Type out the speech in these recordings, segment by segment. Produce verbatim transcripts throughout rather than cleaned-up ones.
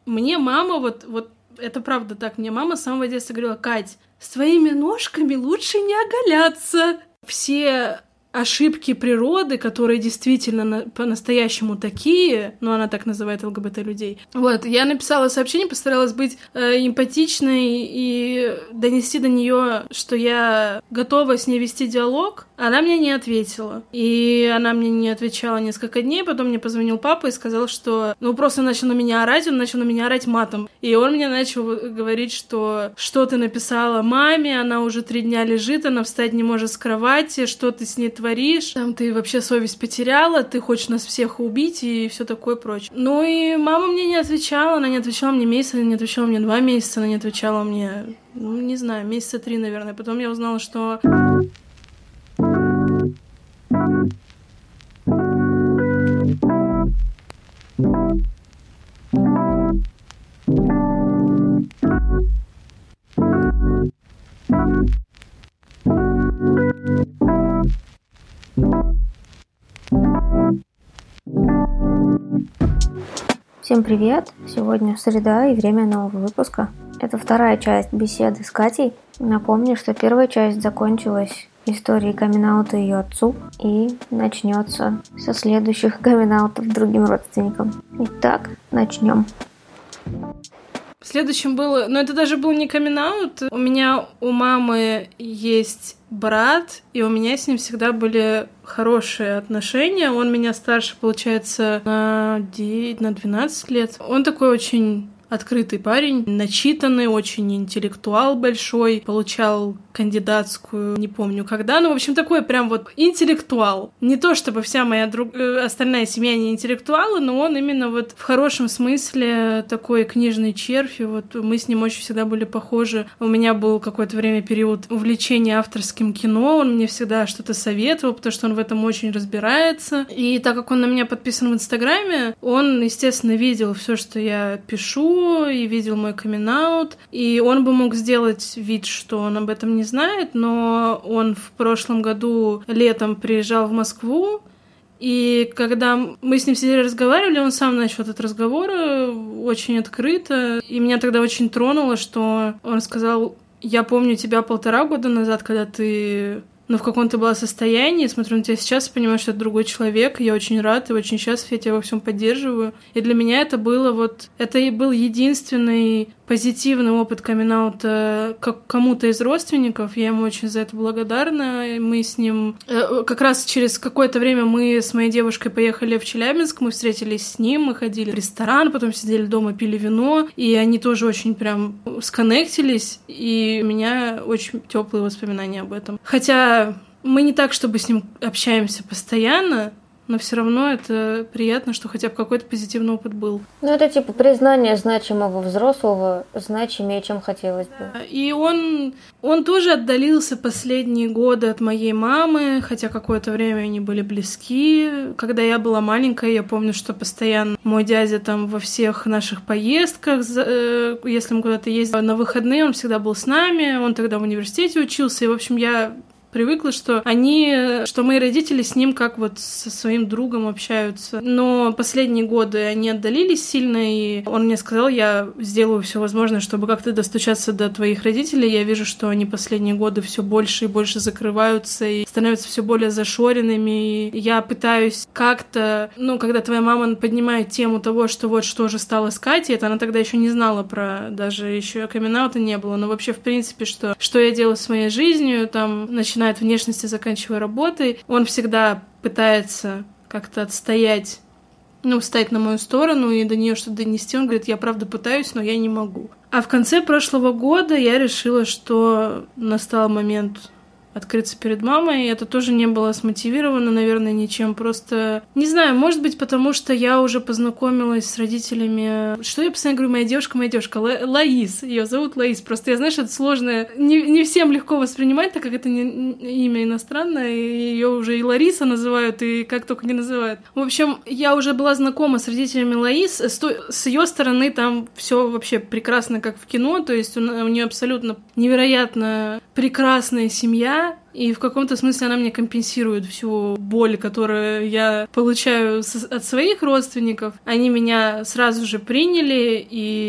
мне мама, вот, вот это правда так, мне мама с самого детства говорила: Кать, с твоими ножками лучше не оголяться. Все ошибки природы, которые действительно на, по-настоящему такие, ну, она так называет ЛГБТ-людей. Вот, я написала сообщение, постаралась быть э, эмпатичной и донести до нее, что я готова с ней вести диалог. Она мне не ответила. И она мне не отвечала несколько дней, потом мне позвонил папа и сказал, что... Ну, просто начал на меня орать, он начал на меня орать матом. И он мне начал говорить, что что ты написала маме, она уже три дня лежит, она встать не может с кровати, что ты с ней творишь, там ты вообще совесть потеряла, ты хочешь нас всех убить и все такое прочее. Ну и мама мне не отвечала, она не отвечала мне месяц, она не отвечала мне два месяца, она не отвечала мне, ну, не знаю, месяца три, наверное. Потом я узнала, что... Всем привет! Сегодня среда и время нового выпуска. Это вторая часть беседы с Катей. Напомню, что первая часть закончилась историей камин-аута ее отцу и начнется со следующих камин-аутов другим родственникам. Итак, начнем. Следующим было... Но это даже был не камин-аут. У меня у мамы есть брат, и у меня с ним всегда были хорошие отношения. Он меня старше, получается, на девять, на двенадцать лет. Он такой очень открытый парень, начитанный, очень интеллектуал большой, получал кандидатскую, не помню когда, но, в общем, такой прям вот интеллектуал. Не то чтобы вся моя друг... остальная семья не интеллектуалы, но он именно вот в хорошем смысле такой книжный червь, и вот мы с ним очень всегда были похожи. У меня был какое-то время период увлечения авторским кино, он мне всегда что-то советовал, потому что он в этом очень разбирается. И так как он на меня подписан в Инстаграме, он, естественно, видел все, что я пишу, и видел мой камин-аут, и он бы мог сделать вид, что он об этом не знает, но он в прошлом году летом приезжал в Москву, и когда мы с ним сидели разговаривали, он сам начал этот разговор очень открыто, и меня тогда очень тронуло, что он сказал: «Я помню тебя полтора года назад, когда ты... но в каком ты была состоянии, смотрю на тебя сейчас и понимаю, что это другой человек, я очень рад и очень счастлив, я тебя во всем поддерживаю». И для меня это было вот... Это и был единственный позитивный опыт камин-аута как кому-то из родственников, я ему очень за это благодарна. И мы с ним... Как раз через какое-то время мы с моей девушкой поехали в Челябинск, мы встретились с ним, мы ходили в ресторан, потом сидели дома, пили вино, и они тоже очень прям сконнектились, и у меня очень теплые воспоминания об этом. Хотя мы не так, чтобы с ним общаемся постоянно, но все равно это приятно, что хотя бы какой-то позитивный опыт был. Ну, это типа признание значимого взрослого, значимее, чем хотелось бы. И он, он тоже отдалился последние годы от моей мамы, хотя какое-то время они были близки. Когда я была маленькая, я помню, что постоянно мой дядя там во всех наших поездках, если мы куда-то ездили на выходные, он всегда был с нами, он тогда в университете учился, и, в общем, я... привыкла, что они, что мои родители с ним как вот со своим другом общаются. Но последние годы они отдалились сильно, и он мне сказал: я сделаю все возможное, чтобы как-то достучаться до твоих родителей. Я вижу, что они последние годы все больше и больше закрываются и становятся все более зашоренными. И я пытаюсь как-то, ну, когда твоя мама поднимает тему того, что вот что же стало с Катей, это она тогда еще не знала про, даже еще камин-аута не было, но вообще, в принципе, что, что я делаю с моей жизнью, там, начиная от внешности, заканчивая работой. Он всегда пытается как-то отстоять, ну, встать на мою сторону и до нее что-то донести. Он говорит: я правда пытаюсь, но я не могу. А в конце прошлого года я решила, что настал момент открыться перед мамой. Это тоже не было смотивировано, наверное, ничем. Просто, не знаю, может быть, потому что я уже познакомилась с родителями. Что я постоянно говорю: моя девушка, моя девушка. Ла- Лаис. Ее зовут Лаис. Просто я, знаешь, это сложно. Не, не всем легко воспринимать, так как это не, имя иностранное. И ее уже и Лариса называют, и как только не называют. В общем, я уже была знакома с родителями Лаис. С, с ее стороны там все вообще прекрасно, как в кино. То есть у, у нее абсолютно невероятно прекрасная семья. я, и в каком-то смысле она мне компенсирует всю боль, которую я получаю от своих родственников. Они меня сразу же приняли,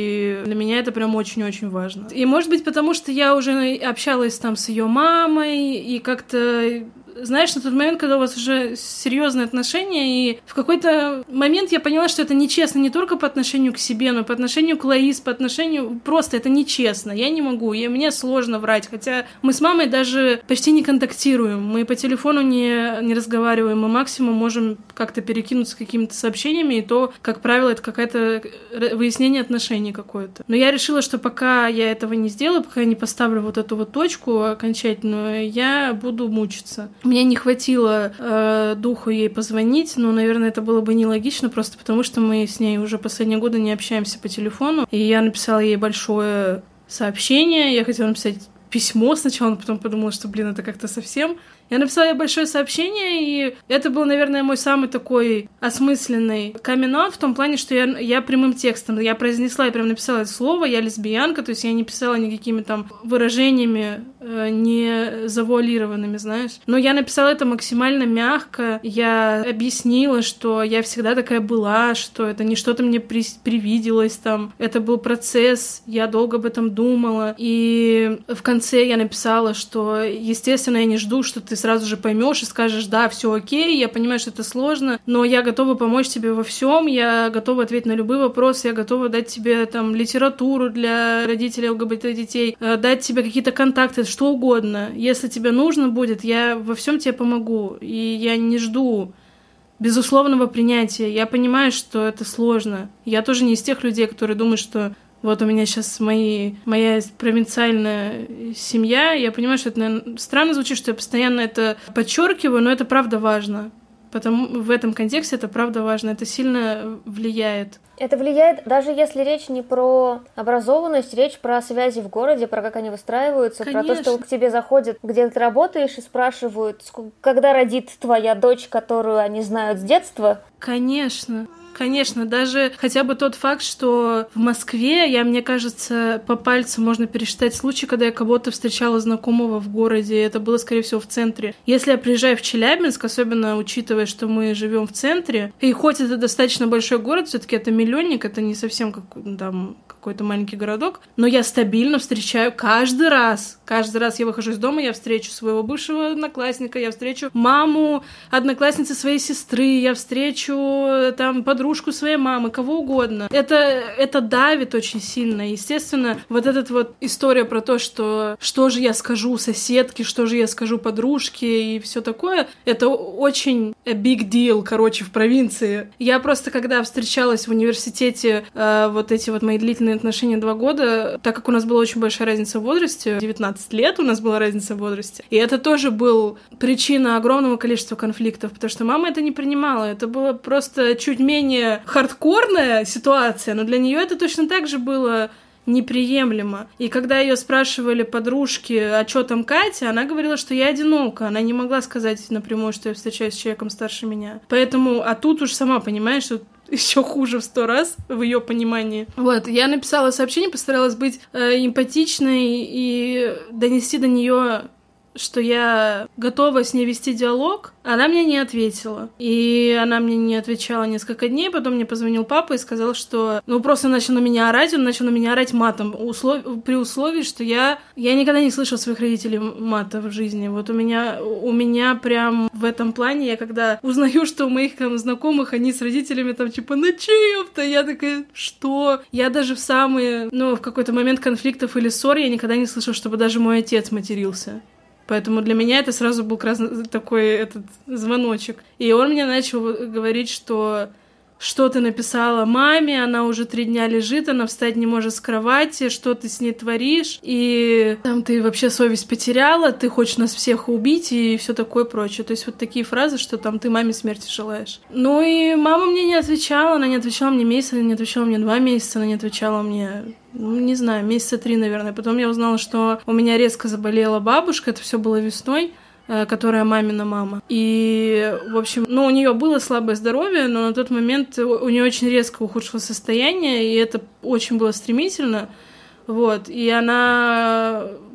и для меня это прям очень-очень важно. И, может быть, потому что я уже общалась там с ее мамой, и как-то... Знаешь, на тот момент, когда у вас уже серьезные отношения, и в какой-то момент я поняла, что это нечестно не только по отношению к себе, но и по отношению к Лаис, по отношению... Просто это нечестно. Я не могу, и мне сложно врать. Хотя мы с мамой даже почти не контактируем. Мы по телефону не, не разговариваем. Мы максимум можем как-то перекинуться какими-то сообщениями, и то, как правило, это какое-то выяснение отношений какое-то. Но я решила, что пока я этого не сделаю, пока я не поставлю вот эту вот точку окончательную, я буду мучиться. Мне не хватило э, духу ей позвонить, но, наверное, это было бы нелогично, просто потому что мы с ней уже последние годы не общаемся по телефону. И я написала ей большое сообщение, я хотела написать письмо сначала, но потом подумала, что, блин, это как-то совсем... Я написала ей большое сообщение, и это был, наверное, мой самый такой осмысленный камин-аут в том плане, что я, я прямым текстом, я произнесла и прям написала это слово, я лесбиянка, то есть я не писала никакими там выражениями э, не завуалированными, знаешь. Но я написала это максимально мягко, я объяснила, что я всегда такая была, что это не что-то мне при, привиделось там, это был процесс, я долго об этом думала, и в конце я написала, что, естественно, я не жду, что ты сразу же поймешь и скажешь: да, все окей, я понимаю, что это сложно, но я готова помочь тебе во всем, я готова ответить на любые вопросы, я готова дать тебе там литературу для родителей ЛГБТ-детей, дать тебе какие-то контакты, что угодно. Если тебе нужно будет, я во всем тебе помогу, и я не жду безусловного принятия. Я понимаю, что это сложно. Я тоже не из тех людей, которые думают, что вот у меня сейчас мои, моя провинциальная семья. Я понимаю, что это, наверное, странно звучит, что я постоянно это подчеркиваю, но это правда важно. Потому в этом контексте это правда важно. Это сильно влияет. Это влияет, даже если речь не про образованность, речь про связи в городе, про как они выстраиваются, Конечно. про то, что к тебе заходят, где ты работаешь, и спрашивают, когда родит твоя дочь, которую они знают с детства. Конечно. Конечно, даже хотя бы тот факт, что в Москве, я, мне кажется, по пальцам можно пересчитать случаи, когда я кого-то встречала знакомого в городе, и это было, скорее всего, в центре. Если я приезжаю в Челябинск, особенно учитывая, что мы живем в центре, и хоть это достаточно большой город, все-таки это миллионник, это не совсем как там какой-то маленький городок, но я стабильно встречаю каждый раз. Каждый раз я выхожу из дома, я встречу своего бывшего одноклассника, я встречу маму одноклассницы своей сестры, я встречу там подружку своей мамы, кого угодно. Это, это давит очень сильно. Естественно, вот эта вот история про то, что что же я скажу соседке, что же я скажу подружке и все такое, это очень a big deal, короче, в провинции. Я просто, когда встречалась в университете, э, вот эти вот мои длительные отношения два года, так как у нас была очень большая разница в возрасте, девятнадцать лет у нас была разница в возрасте, и это тоже был причина огромного количества конфликтов, потому что мама это не принимала, это было просто чуть менее хардкорная ситуация, но для нее это точно так же было неприемлемо. И когда ее спрашивали подружки, а что там Катя, она говорила, что я одинока. Она не могла сказать напрямую, что я встречаюсь с человеком старше меня. Поэтому, а тут уж сама понимаешь, что еще хуже в сто раз в ее понимании. Вот, я написала сообщение, постаралась быть э, эмпатичной и донести до нее, что я готова с ней вести диалог. Она мне не ответила. И она мне не отвечала несколько дней. Потом мне позвонил папа и сказал, что... Ну, просто начал на меня орать. Он начал на меня орать матом. Услов... При условии, что я... Я никогда не слышала своих родителей мата в жизни. Вот у меня... У меня прям в этом плане, я когда узнаю, что у моих там знакомых они с родителями там типа ну чем-то, я такая, что? Я даже в самые... Ну, в какой-то момент конфликтов или ссор я никогда не слышала, чтобы даже мой отец матерился. Поэтому для меня это сразу был как раз такой этот звоночек. И он мне начал говорить, что что ты написала маме, она уже три дня лежит, она встать не может с кровати, что ты с ней творишь, и там ты вообще совесть потеряла, ты хочешь нас всех убить и все такое прочее. То есть вот такие фразы, что там ты маме смерти желаешь. Ну и мама мне не отвечала, она не отвечала мне месяц, она не отвечала мне два месяца, она не отвечала мне... Ну, не знаю, месяца три, наверное. Потом я узнала, что у меня резко заболела бабушка, это все было весной, которая мамина мама. И, в общем, ну, у нее было слабое здоровье, но на тот момент у нее очень резко ухудшилось состояние, и это очень было стремительно. Вот. И она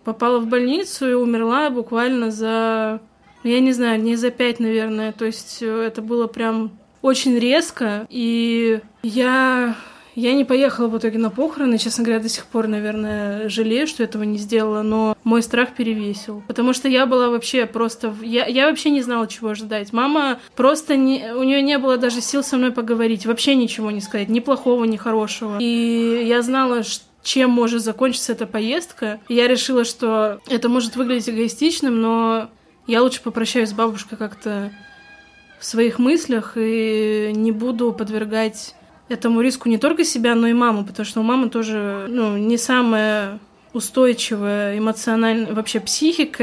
попала в больницу и умерла буквально за, я не знаю, не за пять, наверное. То есть это было прям очень резко, и я... Я не поехала в итоге на похороны, честно говоря, до сих пор, наверное, жалею, что этого не сделала, но мой страх перевесил. Потому что я была вообще просто... Я, я вообще не знала, чего ожидать. Мама просто... Не... У нее не было даже сил со мной поговорить, вообще ничего не сказать, ни плохого, ни хорошего. И я знала, что чем может закончиться эта поездка. И я решила, что это может выглядеть эгоистичным, но я лучше попрощаюсь с бабушкой как-то в своих мыслях и не буду подвергать этому риску не только себя, но и маму, потому что у мамы тоже, ну, не самая устойчивая эмоциональная вообще психика,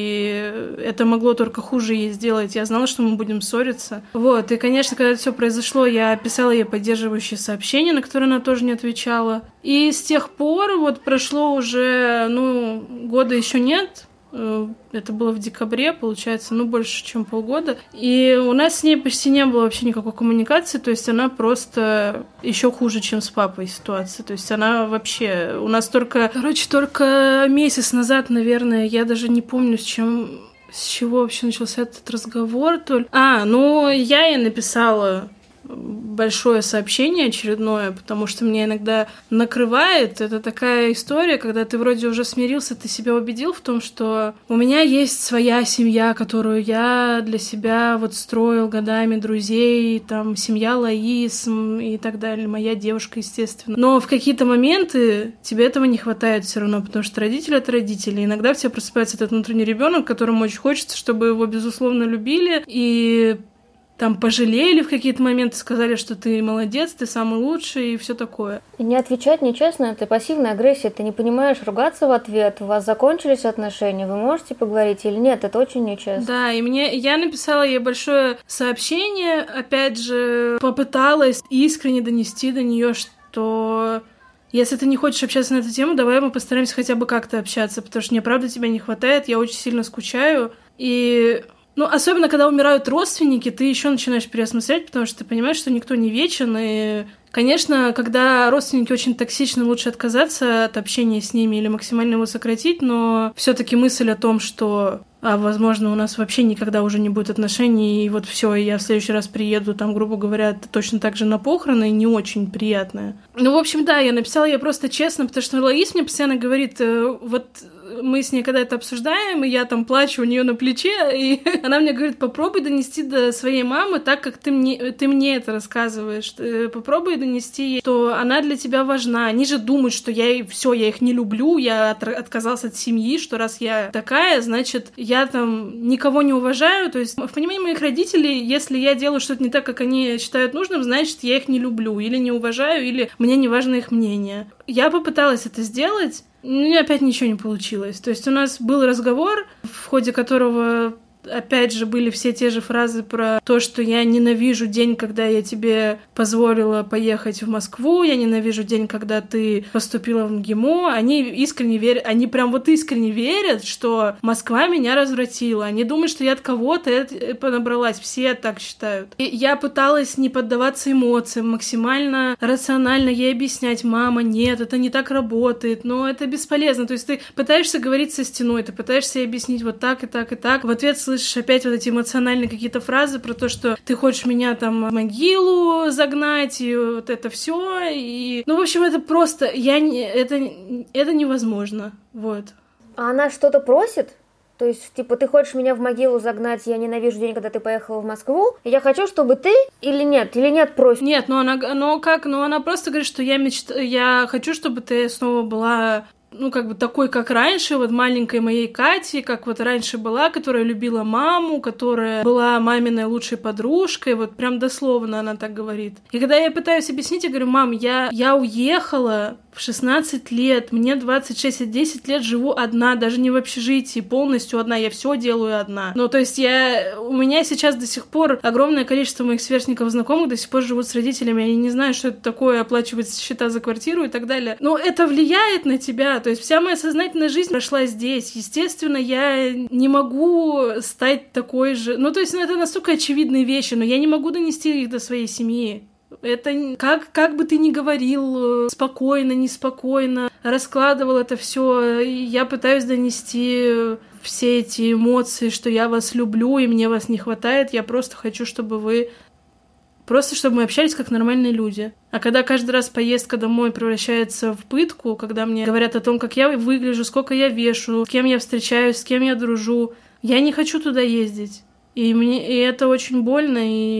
и это могло только хуже ей сделать. Я знала, что мы будем ссориться. Вот, и, конечно, когда это все произошло, я писала ей поддерживающие сообщения, на которые она тоже не отвечала. И с тех пор вот прошло уже, ну, года еще нет. Это было в декабре, получается, ну, больше, чем полгода. И у нас с ней почти не было вообще никакой коммуникации, то есть она просто еще хуже, чем с папой ситуация. То есть она вообще... У нас только, короче, только месяц назад, наверное, я даже не помню, с чем... С чего вообще начался этот разговор. Только... А, ну, я ей написала большое сообщение очередное, потому что меня иногда накрывает. Это такая история, когда ты вроде уже смирился, ты себя убедил в том, что у меня есть своя семья, которую я для себя вот строил годами, друзей, там, семья Лаис и так далее, моя девушка, естественно. Но в какие-то моменты тебе этого не хватает все равно, потому что родители — это родители. Иногда в тебе просыпается этот внутренний ребенок, которому очень хочется, чтобы его, безусловно, любили, и там пожалели в какие-то моменты, сказали, что ты молодец, ты самый лучший и все такое. И не отвечать нечестно — это пассивная агрессия. Ты не понимаешь ругаться в ответ, у вас закончились отношения, вы можете поговорить или нет, это очень нечестно. Да, и мне я написала ей большое сообщение, опять же, попыталась искренне донести до нее, что если ты не хочешь общаться на эту тему, давай мы постараемся хотя бы как-то общаться, потому что мне правда тебя не хватает, я очень сильно скучаю, и... Ну, особенно, когда умирают родственники, ты еще начинаешь переосмыслять, потому что ты понимаешь, что никто не вечен, и, конечно, когда родственники очень токсичны, лучше отказаться от общения с ними или максимально его сократить, но все-таки мысль о том, что, а, возможно, у нас вообще никогда уже не будет отношений, и вот все, я в следующий раз приеду, там, грубо говоря, точно так же на похороны, не очень приятная. Ну, в общем, да, я написала ей просто честно, потому что Лаис мне постоянно говорит, вот... Мы с ней когда это обсуждаем, и я там плачу у нее на плече, и она мне говорит, попробуй донести до своей мамы так, как ты мне, ты мне это рассказываешь. Попробуй донести ей, что она для тебя важна. Они же думают, что я все, я их не люблю, я от, отказался от семьи, что раз я такая, значит, я там никого не уважаю. То есть в понимании моих родителей, если я делаю что-то не так, как они считают нужным, значит, я их не люблю, или не уважаю, или мне не важно их мнение. Я попыталась это сделать, но опять ничего не получилось. То есть у нас был разговор, в ходе которого, опять же, были все те же фразы про то, что я ненавижу день, когда я тебе позволила поехать в Москву, я ненавижу день, когда ты поступила в МГИМО. Они искренне верят, они прям вот искренне верят, что Москва меня развратила. Они думают, что я от кого-то понабралась. Все так считают. И я пыталась не поддаваться эмоциям, максимально рационально ей объяснять: мама, нет, это не так работает, но это бесполезно. То есть ты пытаешься говорить со стеной, ты пытаешься ей объяснить вот так и так и так. В ответ слышишь опять вот эти эмоциональные какие-то фразы про то, что ты хочешь меня там в могилу загнать, и вот это все. И... Ну, в общем, это просто... Я не... это... это невозможно. Вот. А она что-то просит? То есть, типа, ты хочешь меня в могилу загнать, я ненавижу день, когда ты поехала в Москву, и я хочу, чтобы ты, или нет, или нет, просит? Нет, ну она, ну как, ну она просто говорит, что я мечтаю, я хочу, чтобы ты снова была... ну, как бы такой, как раньше, вот маленькой моей Кати, как вот раньше была, которая любила маму, которая была маминой лучшей подружкой, вот прям дословно она так говорит. И когда я пытаюсь объяснить, я говорю: мам, я, я уехала в шестнадцать лет, мне двадцать шесть, я десять лет живу одна, даже не в общежитии, полностью одна, я все делаю одна. Ну, то есть я, у меня сейчас до сих пор огромное количество моих сверстников, знакомых до сих пор живут с родителями, они не знают, что это такое, оплачивать счета за квартиру и так далее. Но это влияет на тебя, то есть вся моя сознательная жизнь прошла здесь. Естественно, я не могу стать такой же... Ну, то есть, ну, это настолько очевидные вещи, но я не могу донести их до своей семьи. Это как, как бы ты ни говорил, спокойно, неспокойно, раскладывал это все, я пытаюсь донести все эти эмоции, что я вас люблю и мне вас не хватает, я просто хочу, чтобы вы... Просто чтобы мы общались как нормальные люди. А когда каждый раз поездка домой превращается в пытку, когда мне говорят о том, как я выгляжу, сколько я вешу, с кем я встречаюсь, с кем я дружу, я не хочу туда ездить. И мне и это очень больно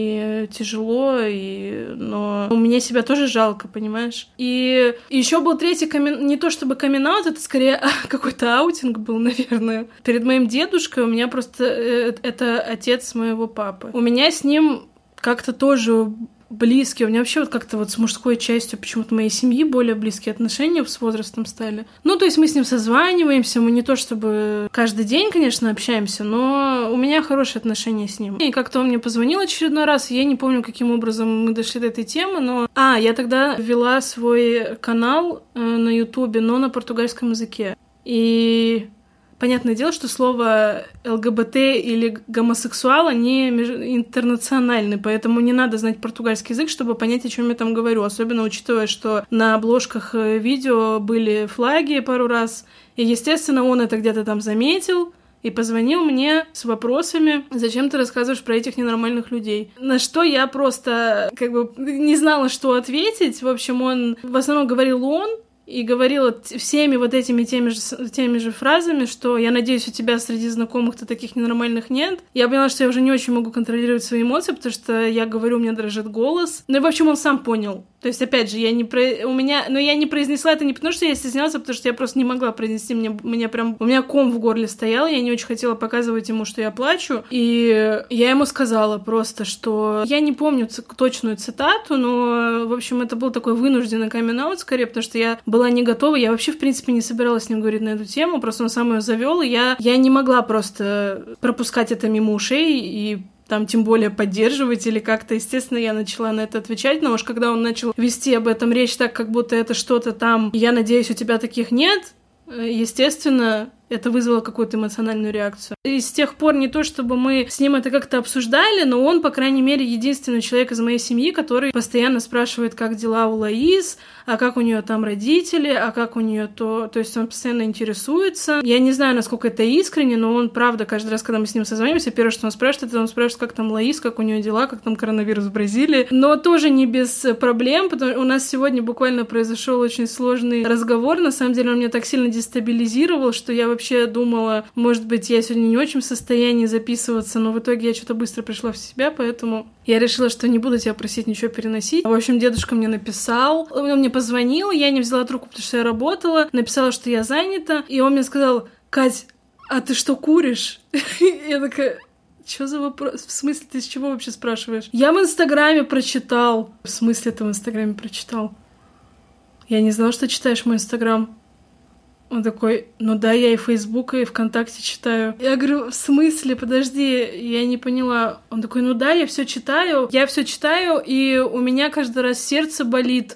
и тяжело, и... но мне себя тоже жалко, понимаешь? И еще был третий камин... не то чтобы камин-аут, это скорее какой-то аутинг был, наверное. Перед моим дедушкой у меня просто... Это отец моего папы. У меня с ним как-то тоже близкие. У меня вообще вот как-то вот с мужской частью почему-то моей семьи более близкие отношения с возрастом стали. Ну, то есть мы с ним созваниваемся, мы не то чтобы каждый день, конечно, общаемся, но у меня хорошие отношения с ним. И как-то он мне позвонил очередной раз, я не помню, каким образом мы дошли до этой темы, но... А, я тогда вела свой канал э, на Ютубе, но на португальском языке. И... Понятное дело, что слово ЛГБТ или гомосексуал, они интернациональны, поэтому не надо знать португальский язык, чтобы понять, о чем я там говорю, особенно учитывая, что на обложках видео были флаги пару раз, и, естественно, он это где-то там заметил и позвонил мне с вопросами, зачем ты рассказываешь про этих ненормальных людей. На что я просто как бы не знала, что ответить. В общем, он в основном говорил он, и говорила всеми вот этими теми же, теми же фразами, что я надеюсь, у тебя среди знакомых-то таких ненормальных нет. Я поняла, что я уже не очень могу контролировать свои эмоции, потому что я говорю, у меня дрожит голос. Ну и, в общем, он сам понял. То есть, опять же, я не про... у меня... Но я не произнесла это не потому, что я стеснялась, а потому что я просто не могла произнести. Мне, мне прям... У меня ком в горле стоял, я не очень хотела показывать ему, что я плачу. И я ему сказала просто, что... Я не помню ц... точную цитату, но, в общем, это был такой вынужденный камин-аут скорее, потому что я была не готова. Я вообще, в принципе, не собиралась с ним говорить на эту тему, просто он сам ее завел, и я... я не могла просто пропускать это мимо ушей и там тем более поддерживать или как-то, естественно, я начала на это отвечать, но уж когда он начал вести об этом речь так, как будто это что-то там, я надеюсь, у тебя таких нет, естественно, это вызвало какую-то эмоциональную реакцию. И с тех пор не то, чтобы мы с ним это как-то обсуждали, но он, по крайней мере, единственный человек из моей семьи, который постоянно спрашивает, как дела у Лаис, а как у нее там родители, а как у нее то... То есть он постоянно интересуется. Я не знаю, насколько это искренне, но он, правда, каждый раз, когда мы с ним созвонимся, первое, что он спрашивает, это он спрашивает, как там Лаис, как у нее дела, как там коронавирус в Бразилии. Но тоже не без проблем, потому что у нас сегодня буквально произошел очень сложный разговор. На самом деле он меня так сильно дестабилизировал, что я вообще Вообще думала, может быть, я сегодня не очень в состоянии записываться, но в итоге я что-то быстро пришла в себя, поэтому я решила, что не буду тебя просить ничего переносить. В общем, дедушка мне написал, он мне позвонил, я не взяла трубку, потому что я работала, написала, что я занята, и он мне сказал: «Кать, а ты что, куришь?» Я такая... Что за вопрос? В смысле, ты с чего вообще спрашиваешь? Я в Инстаграме прочитал. В смысле ты в Инстаграме прочитал? Я не знала, что читаешь мой Инстаграм. Он такой: ну да, я и Фейсбук, и ВКонтакте читаю. Я говорю: в смысле? Подожди, я не поняла. Он такой: ну да, я все читаю, я все читаю, и у меня каждый раз сердце болит.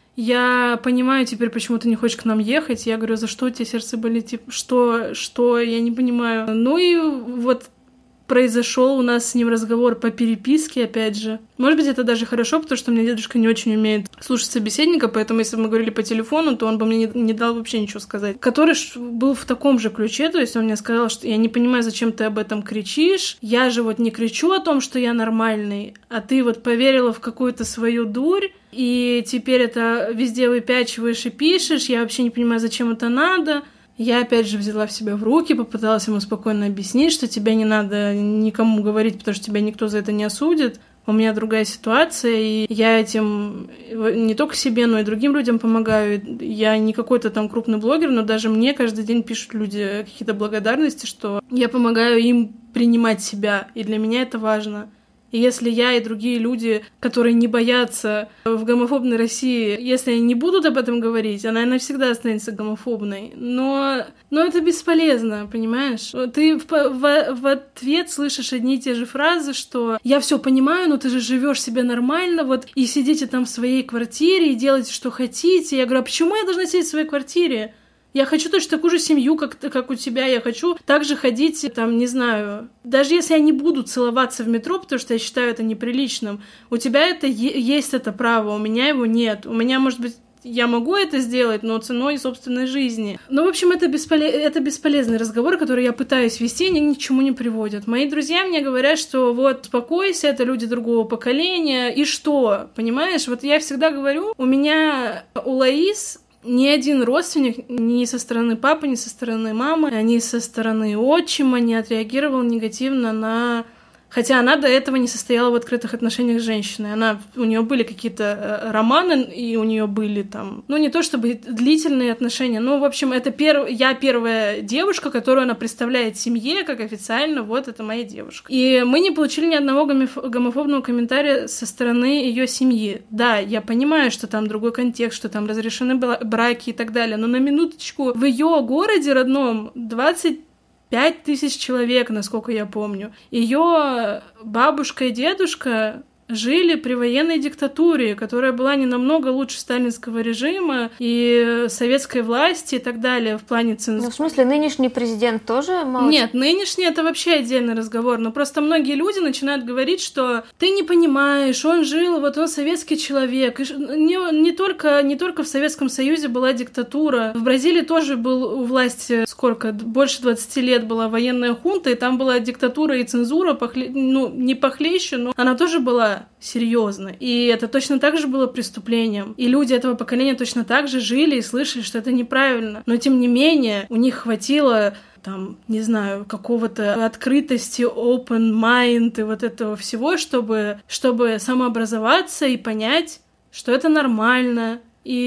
Я понимаю теперь, почему ты не хочешь к нам ехать. Я говорю: за что у тебя сердце болит? Типа, что, что? Я не понимаю. Ну и вот произошел у нас с ним разговор по переписке, опять же. Может быть, это даже хорошо, потому что у меня дедушка не очень умеет слушать собеседника, поэтому если бы мы говорили по телефону, то он бы мне не, не дал вообще ничего сказать. Который был в таком же ключе, то есть он мне сказал, что я не понимаю, зачем ты об этом кричишь. Я же вот не кричу о том, что я нормальный, а ты вот поверила в какую-то свою дурь, и теперь это везде выпячиваешь и пишешь. Я вообще не понимаю, зачем это надо. Я опять же взяла в себя в руки, попыталась ему спокойно объяснить, что тебе не надо никому говорить, потому что тебя никто за это не осудит. У меня другая ситуация, и я этим не только себе, но и другим людям помогаю. Я не какой-то там крупный блогер, но даже мне каждый день пишут люди какие-то благодарности, что я помогаю им принимать себя, и для меня это важно. И если я и другие люди, которые не боятся в гомофобной России, если они не будут об этом говорить, она навсегда останется гомофобной. Но, но это бесполезно, понимаешь? Ты в, в, в ответ слышишь одни и те же фразы, что «я все понимаю, но ты же живешь себе нормально, вот, и сидите там в своей квартире, и делайте, что хотите». Я говорю: а почему я должна сидеть в своей квартире? Я хочу точно такую же семью, как, как у тебя. Я хочу также ходить, там, не знаю... Даже если я не буду целоваться в метро, потому что я считаю это неприличным, у тебя это есть это право, у меня его нет. У меня, может быть, я могу это сделать, но ценой собственной жизни. Ну, в общем, это, бесполе... это бесполезный разговор, который я пытаюсь вести, они ни к чему не приводят. Мои друзья мне говорят, что вот, успокойся, это люди другого поколения, и что? Понимаешь? Вот я всегда говорю, у меня, у Лаис... Ни один родственник, ни со стороны папы, ни со стороны мамы, ни со стороны отчима не отреагировал негативно на... Хотя она до этого не состояла в открытых отношениях с женщиной. Она, у нее были какие-то романы, и у нее были там... Ну, не то чтобы длительные отношения, но, в общем, это перв... я первая девушка, которую она представляет семье, как официально, вот, это моя девушка. И мы не получили ни одного гомоф... гомофобного комментария со стороны ее семьи. Да, я понимаю, что там другой контекст, что там разрешены браки и так далее, но на минуточку, в ее городе родном двадцать пять тысяч человек, насколько я помню. Ее бабушка и дедушка жили при военной диктатуре, которая была не намного лучше сталинского режима и советской власти и так далее в плане цензуры. Ну, в смысле, нынешний президент тоже мало... Нет, нынешний — это вообще отдельный разговор, но просто многие люди начинают говорить, что ты не понимаешь, он жил, вот он советский человек. И не, не, только, не только в Советском Союзе была диктатура, в Бразилии тоже был у власти сколько, больше двадцати лет была военная хунта, и там была диктатура и цензура, похле... ну, не похлеще, но она тоже была серьезно. И это точно так же было преступлением. И люди этого поколения точно так же жили и слышали, что это неправильно. Но, тем не менее, у них хватило, там, не знаю, какого-то открытости, open mind и вот этого всего, чтобы, чтобы самообразоваться и понять, что это нормально.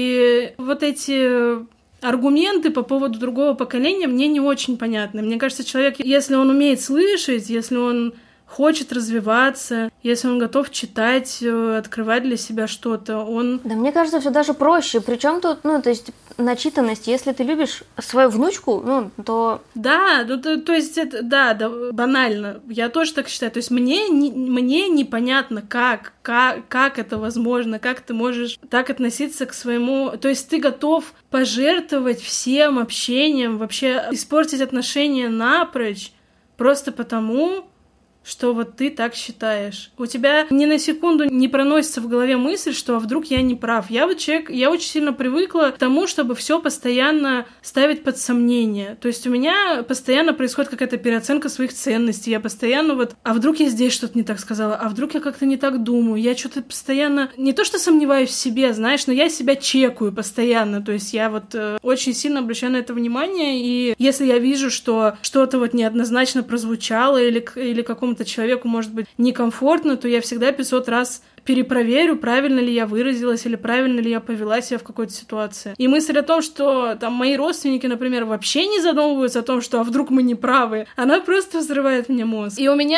И вот эти... аргументы по поводу другого поколения мне не очень понятны. Мне кажется, человек, если он умеет слышать, если он хочет развиваться, если он готов читать, открывать для себя что-то, он... Да, мне кажется, все даже проще. Причем тут, ну, то есть, начитанность. Если ты любишь свою внучку, ну, то... Да, ну, то, то есть, это, да, да, банально. Я тоже так считаю. То есть, мне, не, мне непонятно, как, как, как это возможно, как ты можешь так относиться к своему... То есть, ты готов пожертвовать всем общением, вообще испортить отношения напрочь, просто потому... что вот ты так считаешь. У тебя ни на секунду не проносится в голове мысль, что а вдруг я не прав. Я вот человек, я очень сильно привыкла к тому, чтобы все постоянно ставить под сомнение. То есть у меня постоянно происходит какая-то переоценка своих ценностей. Я постоянно вот, а вдруг я здесь что-то не так сказала, а вдруг я как-то не так думаю. Я что-то постоянно, не то что сомневаюсь в себе, знаешь, но я себя чекаю постоянно. То есть я вот э, очень сильно обращаю на это внимание, и если я вижу, что что-то вот неоднозначно прозвучало или, или какому человеку может быть некомфортно, то я всегда пятьсот раз перепроверю, правильно ли я выразилась или правильно ли я повела себя в какой-то ситуации. И мысль о том, что там мои родственники, например, вообще не задумываются о том, что а вдруг мы не правы, она просто взрывает мне мозг. И у меня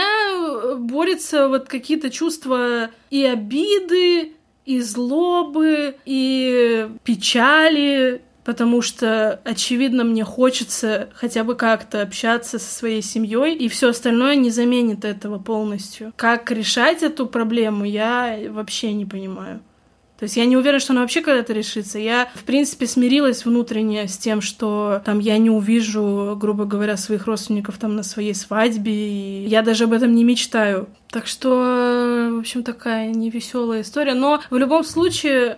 борются вот какие-то чувства и обиды, и злобы, и печали, потому что, очевидно, мне хочется хотя бы как-то общаться со своей семьей, и все остальное не заменит этого полностью. Как решать эту проблему, я вообще не понимаю. То есть я не уверена, что она вообще когда-то решится. Я, в принципе, смирилась внутренне с тем, что там я не увижу, грубо говоря, своих родственников там на своей свадьбе, и я даже об этом не мечтаю. Так что, в общем, такая невеселая история. Но в любом случае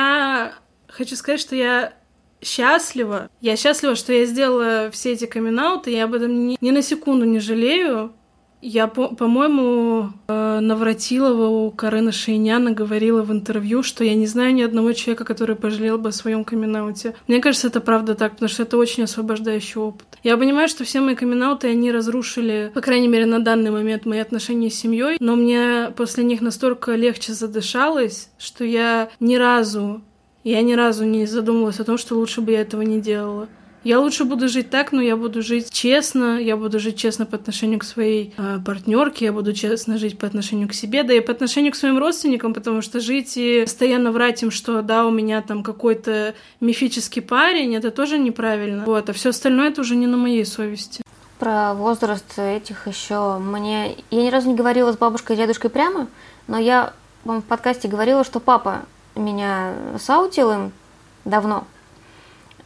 я хочу сказать, что я счастлива. Я счастлива, что я сделала все эти камин-ауты, я об этом ни, ни на секунду не жалею. Я, по- по-моему, э, Навратилова у Карена Шейняна говорила в интервью, что я не знаю ни одного человека, который пожалел бы о своем камин-ауте. Мне кажется, это правда так, потому что это очень освобождающий опыт. Я понимаю, что все мои камин-ауты, они разрушили, по крайней мере, на данный момент, мои отношения с семьей, но мне после них настолько легче задышалось, что я ни разу Я ни разу не задумывалась о том, что лучше бы я этого не делала. Я лучше буду жить так, но я буду жить честно, я буду жить честно по отношению к своей э, партнерке, я буду честно жить по отношению к себе, да и по отношению к своим родственникам, потому что жить и постоянно врать им, что да, у меня там какой-то мифический парень, это тоже неправильно. Вот, а все остальное это уже не на моей совести. Про возраст этих еще мне... Я ни разу не говорила с бабушкой и дедушкой прямо, но я вам в подкасте говорила, что папа меня саутил им давно.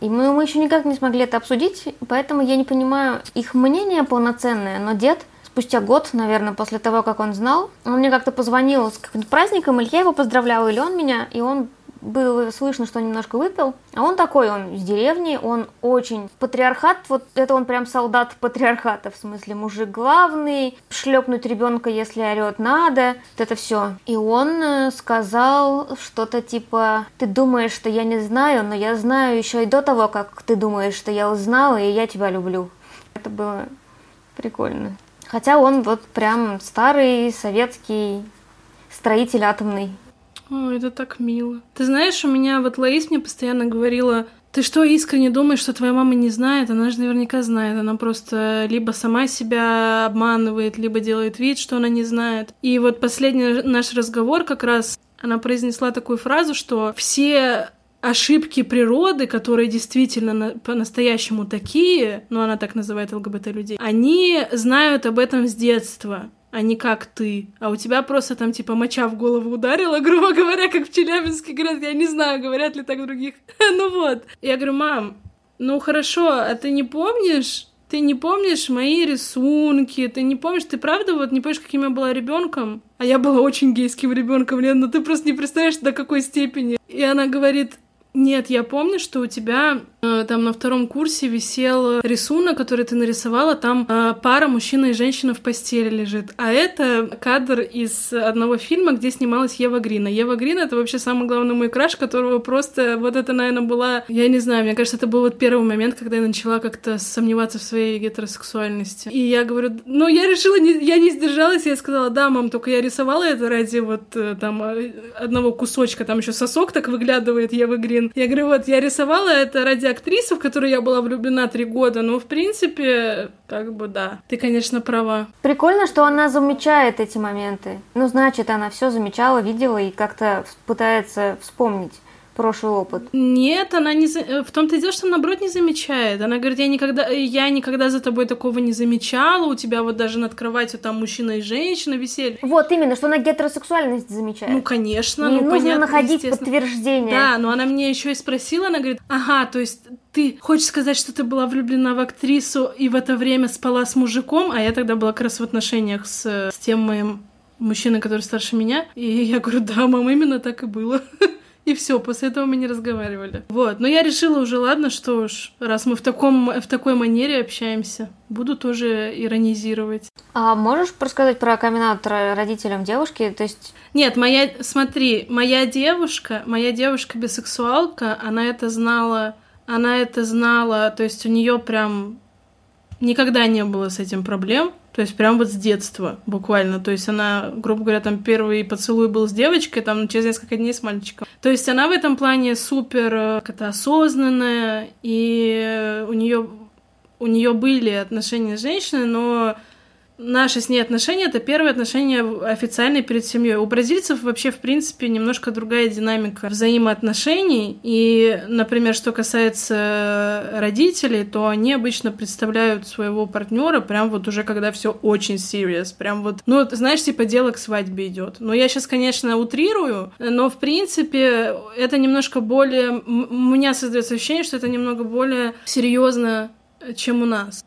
И мы, мы еще никак не смогли это обсудить, поэтому я не понимаю их мнение полноценное, но дед спустя год, наверное, после того, как он знал, он мне как-то позвонил с каким-то праздником, или я его поздравляла, или он меня, и он было слышно, что он немножко выпил, а он такой, он из деревни, он очень патриархат, вот это он прям солдат патриархата, в смысле мужик главный, шлепнуть ребенка, если орет, надо, вот это все. И он сказал что-то типа, ты думаешь, что я не знаю, но я знаю еще и до того, как ты думаешь, что я узнала, и я тебя люблю. Это было прикольно. Хотя он вот прям старый советский строитель атомный. Ой, это так мило. Ты знаешь, у меня вот Лаис мне постоянно говорила, ты что, искренне думаешь, что твоя мама не знает? Она же наверняка знает. Она просто либо сама себя обманывает, либо делает вид, что она не знает. И вот последний наш разговор как раз, она произнесла такую фразу, что все ошибки природы, которые действительно на, по-настоящему такие, ну, она так называет ЛГБТ-людей, они знают об этом с детства, а не как ты. А у тебя просто там, типа, моча в голову ударила, грубо говоря, как в Челябинске говорят, я не знаю, говорят ли так в других. Ну вот. Я говорю, мам, ну хорошо, а ты не помнишь, ты не помнишь мои рисунки, ты не помнишь, ты правда вот не помнишь, каким я была ребенком? А я была очень гейским ребенком, Лен, ну ты просто не представляешь, до какой степени. И она говорит, нет, я помню, что у тебя э, там на втором курсе висел рисунок, который ты нарисовала, там э, пара мужчина и женщина в постели лежит. А это кадр из одного фильма, где снималась Ева Грин. А Ева Грин — это вообще самый главный мой краш, которого просто... Вот это, наверное, была... Я не знаю, мне кажется, это был вот первый момент, когда я начала как-то сомневаться в своей гетеросексуальности. И я говорю, ну, я решила, не, я не сдержалась, я сказала, да, мам, только я рисовала это ради вот там одного кусочка, там еще сосок так выглядывает Евы Грин. Я говорю, вот, я рисовала это ради актрисы, в которую я была влюблена три года, но, в принципе, как бы, да, ты, конечно, права. Прикольно, что она замечает эти моменты. Ну, значит, она все замечала, видела и как-то пытается вспомнить прошлый опыт. Нет, она не... За... В том-то и дело, что она, наоборот, не замечает. Она говорит, я никогда... я никогда за тобой такого не замечала, у тебя вот даже над кроватью там мужчина и женщина висели. Вот именно, что она гетеросексуальность замечает. Ну, конечно. Не ну, нужно понятно, находить подтверждение. Да, но она мне еще и спросила, она говорит, ага, то есть ты хочешь сказать, что ты была влюблена в актрису и в это время спала с мужиком, а я тогда была как раз в отношениях с, с тем моим мужчиной, который старше меня, и я говорю, да, мам, именно так и было. И все, после этого мы не разговаривали. Вот, но я решила уже, ладно, что уж, раз мы в, таком, в такой манере общаемся, буду тоже иронизировать. А можешь рассказать про камин-аут родителям девушки? То есть... Нет, моя, смотри, моя девушка, моя девушка-бисексуалка, она это знала, она это знала, то есть у нее прям никогда не было с этим проблем. То есть прям вот с детства буквально. То есть она, грубо говоря, там первый поцелуй был с девочкой, там через несколько дней с мальчиком. То есть она в этом плане супер как-то осознанная, и у нее у нее были отношения с женщиной, но наши с ней отношения — это первые отношения официальные перед семьей. У бразильцев вообще, в принципе, немножко другая динамика взаимоотношений. И, например, что касается родителей, то они обычно представляют своего партнера прям вот уже когда все очень serious. Прям вот, ну, знаешь, типа дело к свадьбе идет. Но я сейчас, конечно, утрирую, но, в принципе, это немножко более... У меня создается ощущение, что это немного более серьезно, чем у нас.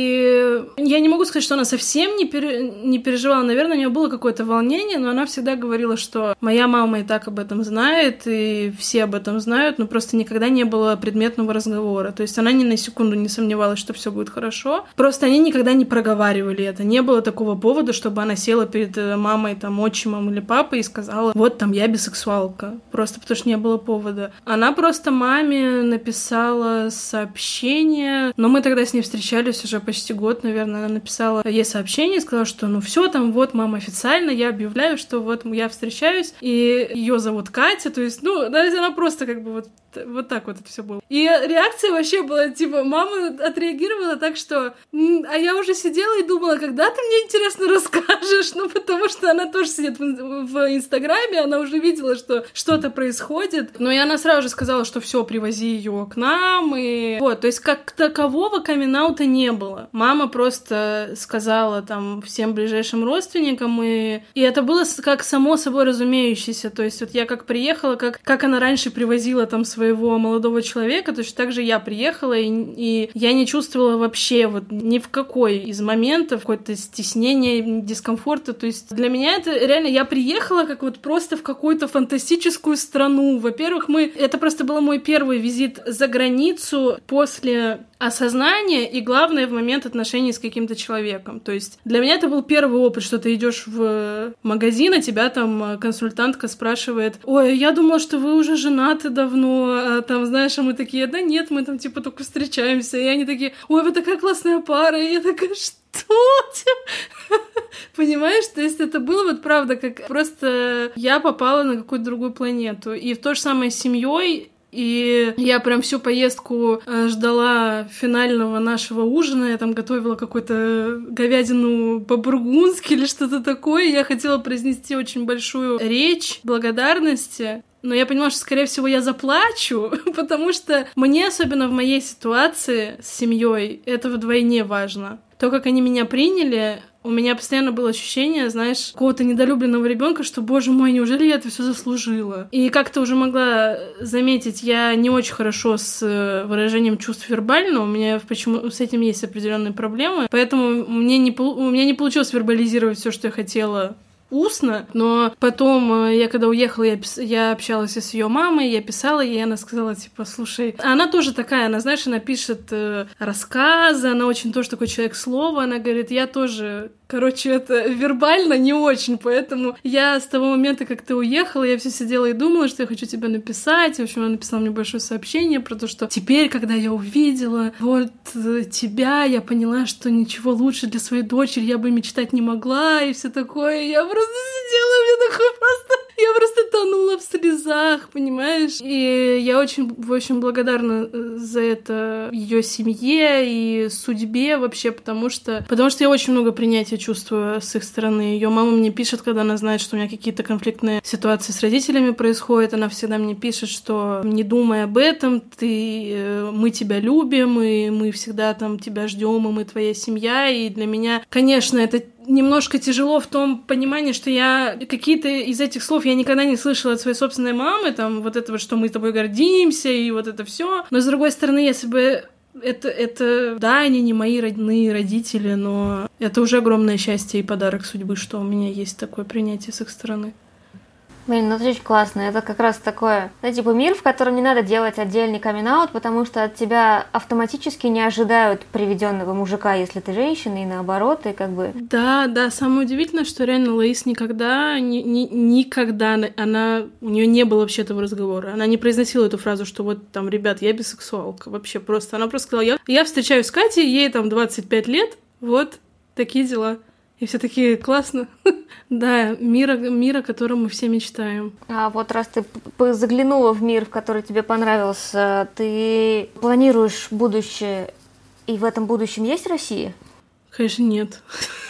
И я не могу сказать, что она совсем не, пере... не переживала. Наверное, у нее было какое-то волнение, но она всегда говорила, что моя мама и так об этом знает, и все об этом знают, но просто никогда не было предметного разговора. То есть она ни на секунду не сомневалась, что все будет хорошо. Просто они никогда не проговаривали это. Не было такого повода, чтобы она села перед мамой, там, отчимом или папой и сказала, вот там я бисексуалка. Просто потому что не было повода. Она просто маме написала сообщение, но мы тогда с ней встречались уже почти год, наверное, она написала ей сообщение, сказала, что ну все, там вот мама официально, я объявляю, что вот я встречаюсь, и ее зовут Катя, то есть, ну, она просто как бы вот вот так вот это все было. И реакция вообще была, типа, мама отреагировала так, что а я уже сидела и думала, когда ты мне, интересно, расскажешь, ну, потому что она тоже сидит в, в Инстаграме, она уже видела, что что-то происходит, но и она сразу же сказала, что все, привози ее к нам, и вот, то есть как такового камин-аута не было. Мама просто сказала там всем ближайшим родственникам, и, и это было как само собой разумеющееся, то есть вот я как приехала, как, как она раньше привозила там свои своего молодого человека, точно так же я приехала, и, и я не чувствовала вообще вот ни в какой из моментов какое-то стеснение, дискомфорта. То есть для меня это реально, я приехала как вот просто в какую-то фантастическую страну. Во-первых, мы... Это просто был мой первый визит за границу после осознания и, главное, в момент отношений с каким-то человеком. То есть для меня это был первый опыт, что ты идешь в магазин, а тебя там консультантка спрашивает: ой, я думала, что вы уже женаты давно, а там, знаешь, а мы такие: да нет, мы там типа только встречаемся. И они такие: ой, вы такая классная пара. И я такая: что? Понимаешь? То есть это было вот правда, как просто я попала на какую-то другую планету. И в то же самое с семьей. И я прям всю поездку ждала финального нашего ужина. Я там готовила какую-то говядину по-бургундски или что-то такое. Я хотела произнести очень большую речь благодарности. Но я поняла, что, скорее всего, я заплачу, потому что мне, особенно в моей ситуации с семьей, это вдвойне важно. То, как они меня приняли, у меня постоянно было ощущение, знаешь, какого-то недолюбленного ребенка, что, боже мой, неужели я это все заслужила? И как ты уже могла заметить, я не очень хорошо с выражением чувств вербально, у меня почему с этим есть определенные проблемы, поэтому мне не, у меня не получилось вербализировать все, что я хотела устно, но потом я когда уехала, я, пис... я общалась с ее мамой, я писала ей, и она сказала, типа, слушай, она тоже такая, она, знаешь, она пишет э, рассказы, она очень тоже такой человек слова, она говорит, я тоже, короче, это вербально не очень, поэтому я с того момента, как ты уехала, я все сидела и думала, что я хочу тебе написать, в общем, она написала мне большое сообщение про то, что теперь, когда я увидела вот тебя, я поняла, что ничего лучше для своей дочери я бы мечтать не могла, и все такое, я просто сидела, у меня такой просто... Я просто тонула в слезах, понимаешь? И я очень, очень благодарна за это ее семье и судьбе вообще, потому что, потому что я очень много принятия чувствую с их стороны. Ее мама мне пишет, когда она знает, что у меня какие-то конфликтные ситуации с родителями происходят, она всегда мне пишет, что не думай об этом, ты, мы тебя любим, и мы всегда там тебя ждем, и мы твоя семья. И для меня, конечно, это немножко тяжело в том понимании, что я какие-то из этих слов я никогда не слышала от своей собственной мамы, там вот этого, что мы тобой гордимся и вот это все. Но с другой стороны, если бы это, это, да, они не мои родные родители, но это уже огромное счастье и подарок судьбы, что у меня есть такое принятие с их стороны. Блин, ну это очень классно. Это как раз такое, ну, типа мир, в котором не надо делать отдельный камин-аут, потому что от тебя автоматически не ожидают приведенного мужика, если ты женщина, и наоборот, и как бы... Да, да, самое удивительное, что реально Лаис никогда, ни, ни, никогда, она, у нее не было вообще этого разговора. Она не произносила эту фразу, что вот там, ребят, я бисексуалка, вообще просто. Она просто сказала, я, я встречаюсь с Катей, ей там двадцать пять лет, вот, такие дела. И все такие, классно. Да, мир, мир, о котором мы все мечтаем. А вот раз ты заглянула в мир, в который тебе понравился, ты планируешь будущее, и в этом будущем есть Россия? Конечно, нет.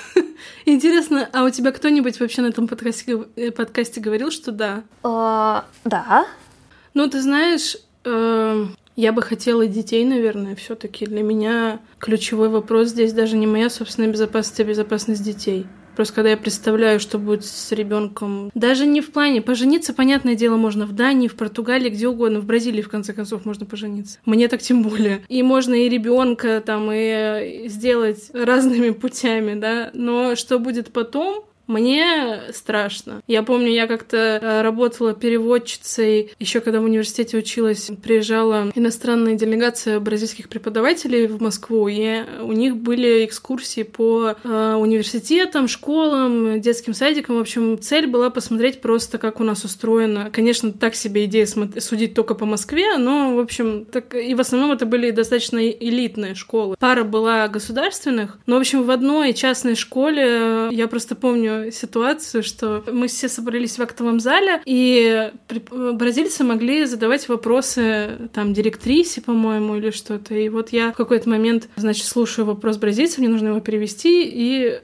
Интересно, а у тебя кто-нибудь вообще на этом подкасте, подкасте говорил, что да? А, да. Ну, ты знаешь... Э- Я бы хотела детей, наверное, все-таки. Для меня ключевой вопрос здесь даже не моя собственная безопасность, а безопасность детей. Просто когда я представляю, что будет с ребенком, даже не в плане пожениться, понятное дело, можно в Дании, в Португалии, где угодно, в Бразилии, в конце концов, можно пожениться. Мне так тем более. И можно и ребенка там и сделать разными путями, да. Но что будет потом? Мне страшно. Я помню, я как-то работала переводчицей, еще когда в университете училась, приезжала иностранная делегация бразильских преподавателей в Москву, и у них были экскурсии по э, университетам, школам, детским садикам. В общем, цель была посмотреть просто, как у нас устроено. Конечно, так себе идея судить только по Москве, но, в общем, так и в основном это были достаточно элитные школы. Пара была государственных, но, в общем, в одной частной школе я просто помню ситуацию, что мы все собрались в актовом зале, и бразильцы могли задавать вопросы там директрисе, по-моему, или что-то. И вот я в какой-то момент, значит, слушаю вопрос бразильца, мне нужно его перевести, и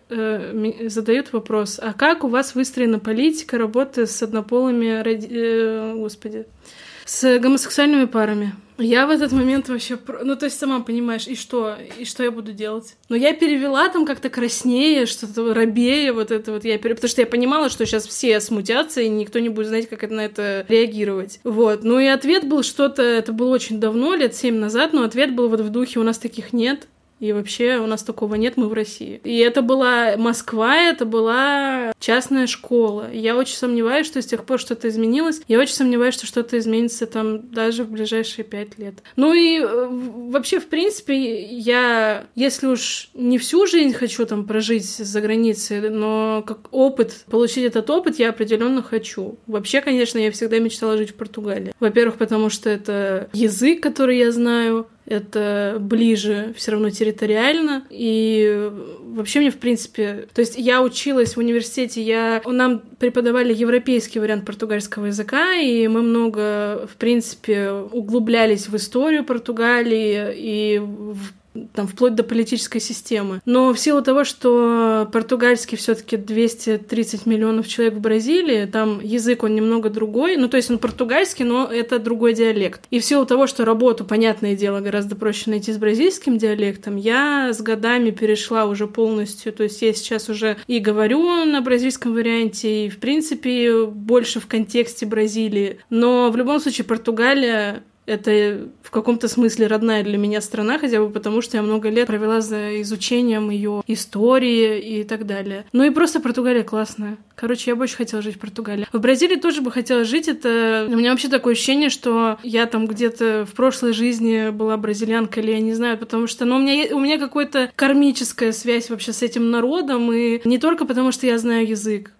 э, задают вопрос: а как у вас выстроена политика работы с однополыми, роди... э, господи, с гомосексуальными парами? Я в этот момент вообще... Ну, то есть, сама понимаешь, и что? И что я буду делать? Но я перевела там как-то краснее, что-то робее, вот это вот я... Потому что я понимала, что сейчас все смутятся, и никто не будет знать, как на это реагировать. Вот. Ну, и ответ был что-то... Это было очень давно, лет семь назад, но ответ был вот в духе: у нас таких нет. И вообще у нас такого нет, мы в России. И это была Москва, это была частная школа. И я очень сомневаюсь, что с тех пор что-то изменилось. Я очень сомневаюсь, что что-то изменится там даже в ближайшие пять лет. Ну и вообще, в принципе, я, если уж не всю жизнь хочу там прожить за границей, но как опыт, получить этот опыт я определенно хочу. Вообще, конечно, я всегда мечтала жить в Португалии. Во-первых, потому что это язык, который я знаю, это ближе все равно территориально, и вообще мне, в принципе... То есть я училась в университете, я... нам преподавали европейский вариант португальского языка, и мы много, в принципе, углублялись в историю Португалии и в там, вплоть до политической системы. Но в силу того, что португальский все-таки двести тридцать миллионов человек в Бразилии, там язык, он немного другой, ну, то есть он португальский, но это другой диалект. И в силу того, что работу, понятное дело, гораздо проще найти с бразильским диалектом, я с годами перешла уже полностью, то есть я сейчас уже и говорю на бразильском варианте, и, в принципе, больше в контексте Бразилии. Но в любом случае Португалия — это в каком-то смысле родная для меня страна, хотя бы потому, что я много лет провела за изучением ее истории и так далее. Ну и просто Португалия классная. Короче, я бы очень хотела жить в Португалии. В Бразилии тоже бы хотела жить. Это... У меня вообще такое ощущение, что я там где-то в прошлой жизни была бразильянкой, или я не знаю, потому что ну, у меня, у меня какая-то кармическая связь вообще с этим народом, и не только потому, что я знаю язык.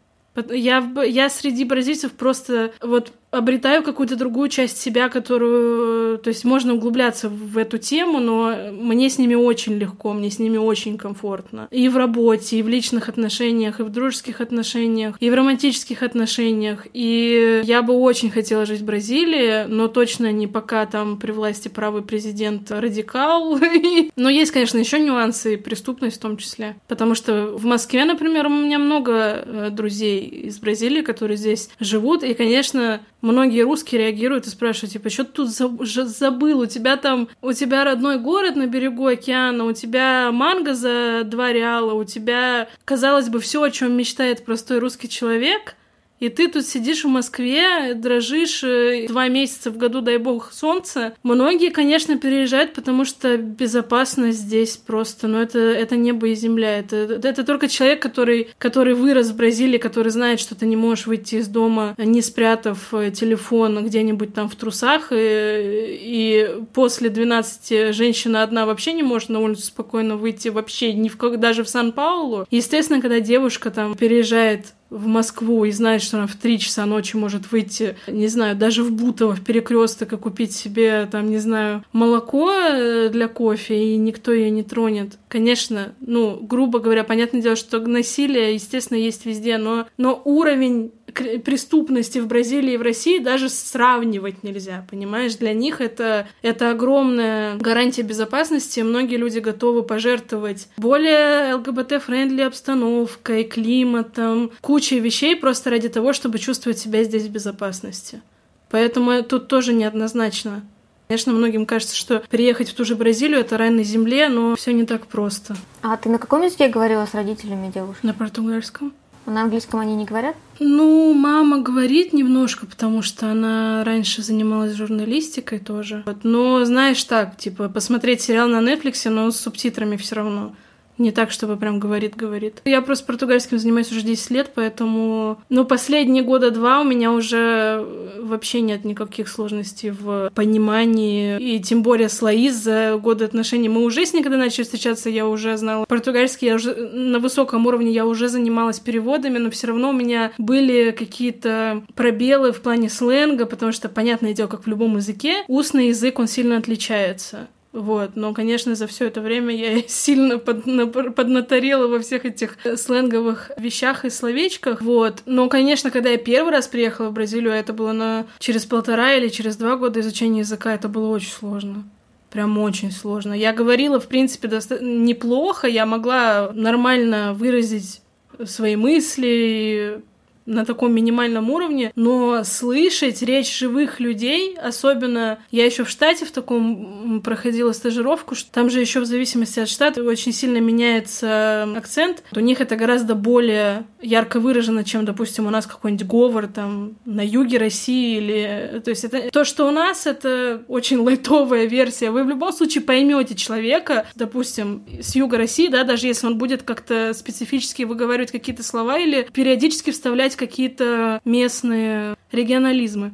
Я, я среди бразильцев просто вот обретаю какую-то другую часть себя, которую... То есть можно углубляться в эту тему, но мне с ними очень легко, мне с ними очень комфортно. И в работе, и в личных отношениях, и в дружеских отношениях, и в романтических отношениях. И я бы очень хотела жить в Бразилии, но точно не пока там при власти правый президент радикал. Но есть, конечно, еще нюансы, и преступность в том числе. Потому что в Москве, например, у меня много друзей из Бразилии, которые здесь живут, и, конечно, многие русские реагируют и спрашивают, типа, что ты тут забыл? У тебя там, у тебя родной город на берегу океана, у тебя манго за два реала, у тебя, казалось бы, все, о чем мечтает простой русский человек, и ты тут сидишь в Москве, дрожишь два месяца в году, дай бог, солнца. Многие, конечно, переезжают, потому что безопасность здесь просто, ну, это, это небо и земля. Это, это только человек, который, который вырос в Бразилии, который знает, что ты не можешь выйти из дома, не спрятав телефон где-нибудь там в трусах, и, и после двенадцати женщина одна вообще не может на улицу спокойно выйти, вообще ни в как, даже в Сан-Паулу. Естественно, когда девушка там переезжает в Москву и знает, что она в три часа ночи может выйти, не знаю, даже в Бутово, в перекресток и купить себе, там, не знаю, молоко для кофе, и никто ее не тронет. Конечно, ну, грубо говоря, понятное дело, что насилие, естественно, есть везде, но, но уровень преступности в Бразилии и в России даже сравнивать нельзя, понимаешь? Для них это, это огромная гарантия безопасности. Многие люди готовы пожертвовать более ЛГБТ-френдли обстановкой, климатом, кучей вещей просто ради того, чтобы чувствовать себя здесь в безопасности. Поэтому тут тоже неоднозначно. Конечно, многим кажется, что приехать в ту же Бразилию — это рай на земле, но все не так просто. А ты на каком языке говорила с родителями девушки? На португальском. На английском они не говорят? Ну, мама говорит немножко, потому что она раньше занималась журналистикой тоже. Вот. Но знаешь так, типа, посмотреть сериал на Netflix, но с субтитрами все равно. Не так, чтобы прям говорит-говорит. Я просто португальским занимаюсь уже десять лет, поэтому... Ну, последние года два у меня уже вообще нет никаких сложностей в понимании. И тем более с Лаис за годы отношений. Мы уже с ней, когда начали встречаться, я уже знала португальский. Я уже на высоком уровне, я уже занималась переводами, но все равно у меня были какие-то пробелы в плане сленга, потому что, понятное дело, как в любом языке, устный язык, он сильно отличается. Вот, но, конечно, за все это время я сильно поднаторела во всех этих сленговых вещах и словечках, вот. Но, конечно, когда я первый раз приехала в Бразилию, это было на через полтора или через два года изучения языка, это было очень сложно. Прям очень сложно. Я говорила, в принципе, доста- неплохо, я могла нормально выразить свои мысли, на таком минимальном уровне, но слышать речь живых людей, особенно я еще в штате в таком проходила стажировку, что там же еще в зависимости от штата очень сильно меняется акцент. У них это гораздо более ярко выражено, чем, допустим, у нас какой-нибудь говор там на юге России или... То есть это то, что у нас, это очень лайтовая версия. Вы в любом случае поймете человека, допустим, с юга России, да, даже если он будет как-то специфически выговаривать какие-то слова или периодически вставлять какие-то местные регионализмы.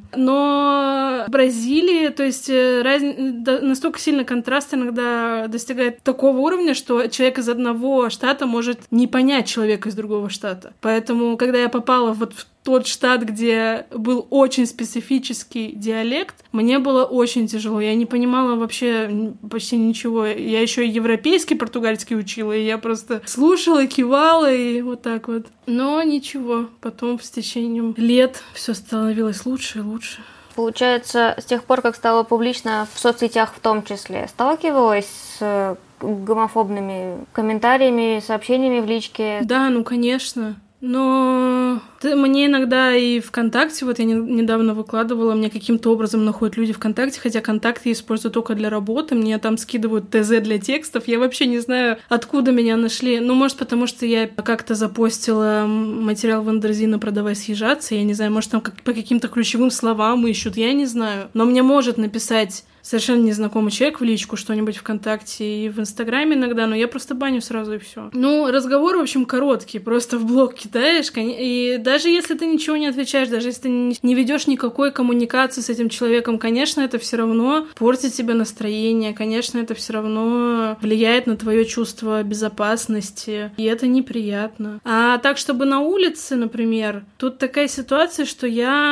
Но в Бразилии, то есть раз... настолько сильно контраст иногда достигает такого уровня, что человек из одного штата может не понять человека из другого штата. Поэтому, когда я попала вот в тот штат, где был очень специфический диалект, мне было очень тяжело. Я не понимала вообще почти ничего. Я еще и европейский португальский учила, и я просто слушала, кивала, и вот так вот. Но ничего, потом с течением лет все становилось лучше и лучше. Получается, с тех пор, как стало публично в соцсетях в том числе, сталкивалась с гомофобными комментариями, сообщениями в личке? Да, ну конечно. Но мне иногда и ВКонтакте, вот я недавно выкладывала, мне каким-то образом находят люди ВКонтакте, хотя контакт я использую только для работы, мне там скидывают ТЗ для текстов, я вообще не знаю, откуда меня нашли. Ну, может, потому что я как-то запостила материал в Андерзино «Продавай съезжаться», я не знаю, может, там как по каким-то ключевым словам ищут, я не знаю. Но мне может написать совершенно незнакомый человек в личку что-нибудь ВКонтакте и в Инстаграме иногда, но я просто баню сразу и все. Ну, разговор, в общем, короткий, просто в блог кидаешь, и даже если ты ничего не отвечаешь, даже если ты не ведешь никакой коммуникации с этим человеком, конечно, это все равно портит тебе настроение, конечно, это все равно влияет на твое чувство безопасности, и это неприятно. А так, чтобы на улице, например, тут такая ситуация, что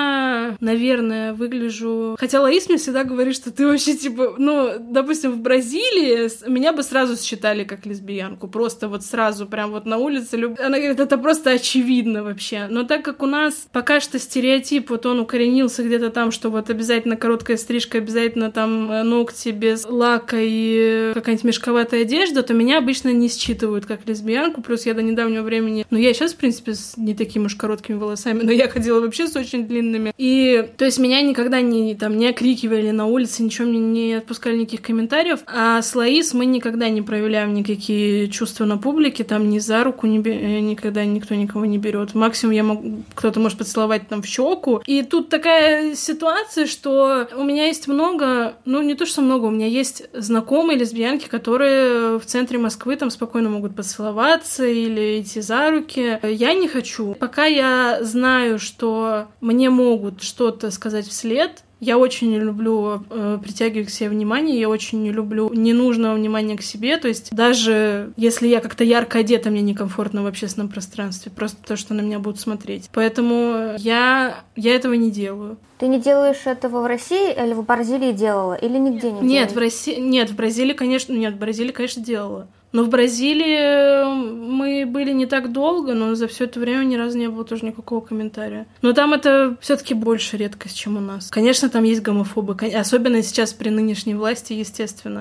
я, наверное, выгляжу... Хотя Лаис мне всегда говорит, что ты вообще типа, ну, допустим, в Бразилии меня бы сразу считали как лесбиянку, просто вот сразу, прям вот на улице. Люб... Она говорит, это просто очевидно вообще. Но так как у нас пока что стереотип, вот он укоренился где-то там, что вот обязательно короткая стрижка, обязательно там ногти без лака и какая-нибудь мешковатая одежда, то меня обычно не считывают как лесбиянку, плюс я до недавнего времени, ну, я сейчас, в принципе, с не такими уж короткими волосами, но я ходила вообще с очень длинными. И, то есть, меня никогда не, там, не окрикивали на улице, ничего мне не отпускали никаких комментариев, а с Лаис мы никогда не проявляем никакие чувства на публике, там ни за руку не бе... никогда никто никого не берет. Максимум я могу, кто-то может поцеловать там в щеку. И тут такая ситуация, что у меня есть много, ну не то что много, у меня есть знакомые лесбиянки, которые в центре Москвы там спокойно могут поцеловаться или идти за руки. Я не хочу. Пока я знаю, что мне могут что-то сказать вслед, я очень не люблю э, притягивать к себе внимание, я очень не люблю ненужного внимания к себе, то есть даже если я как-то ярко одета, мне некомфортно в общественном пространстве, просто то, что на меня будут смотреть. Поэтому я, я этого не делаю. Ты не делаешь этого в России или в Бразилии делала, или нигде не делала? Нет, в России, нет, в Бразилии, конечно, нет, в Бразилии, конечно, делала. Но в Бразилии мы были не так долго, но за все это время ни разу не было тоже никакого комментария. Но там это все-таки больше редкость, чем у нас. Конечно, там есть гомофобы, особенно сейчас при нынешней власти, естественно.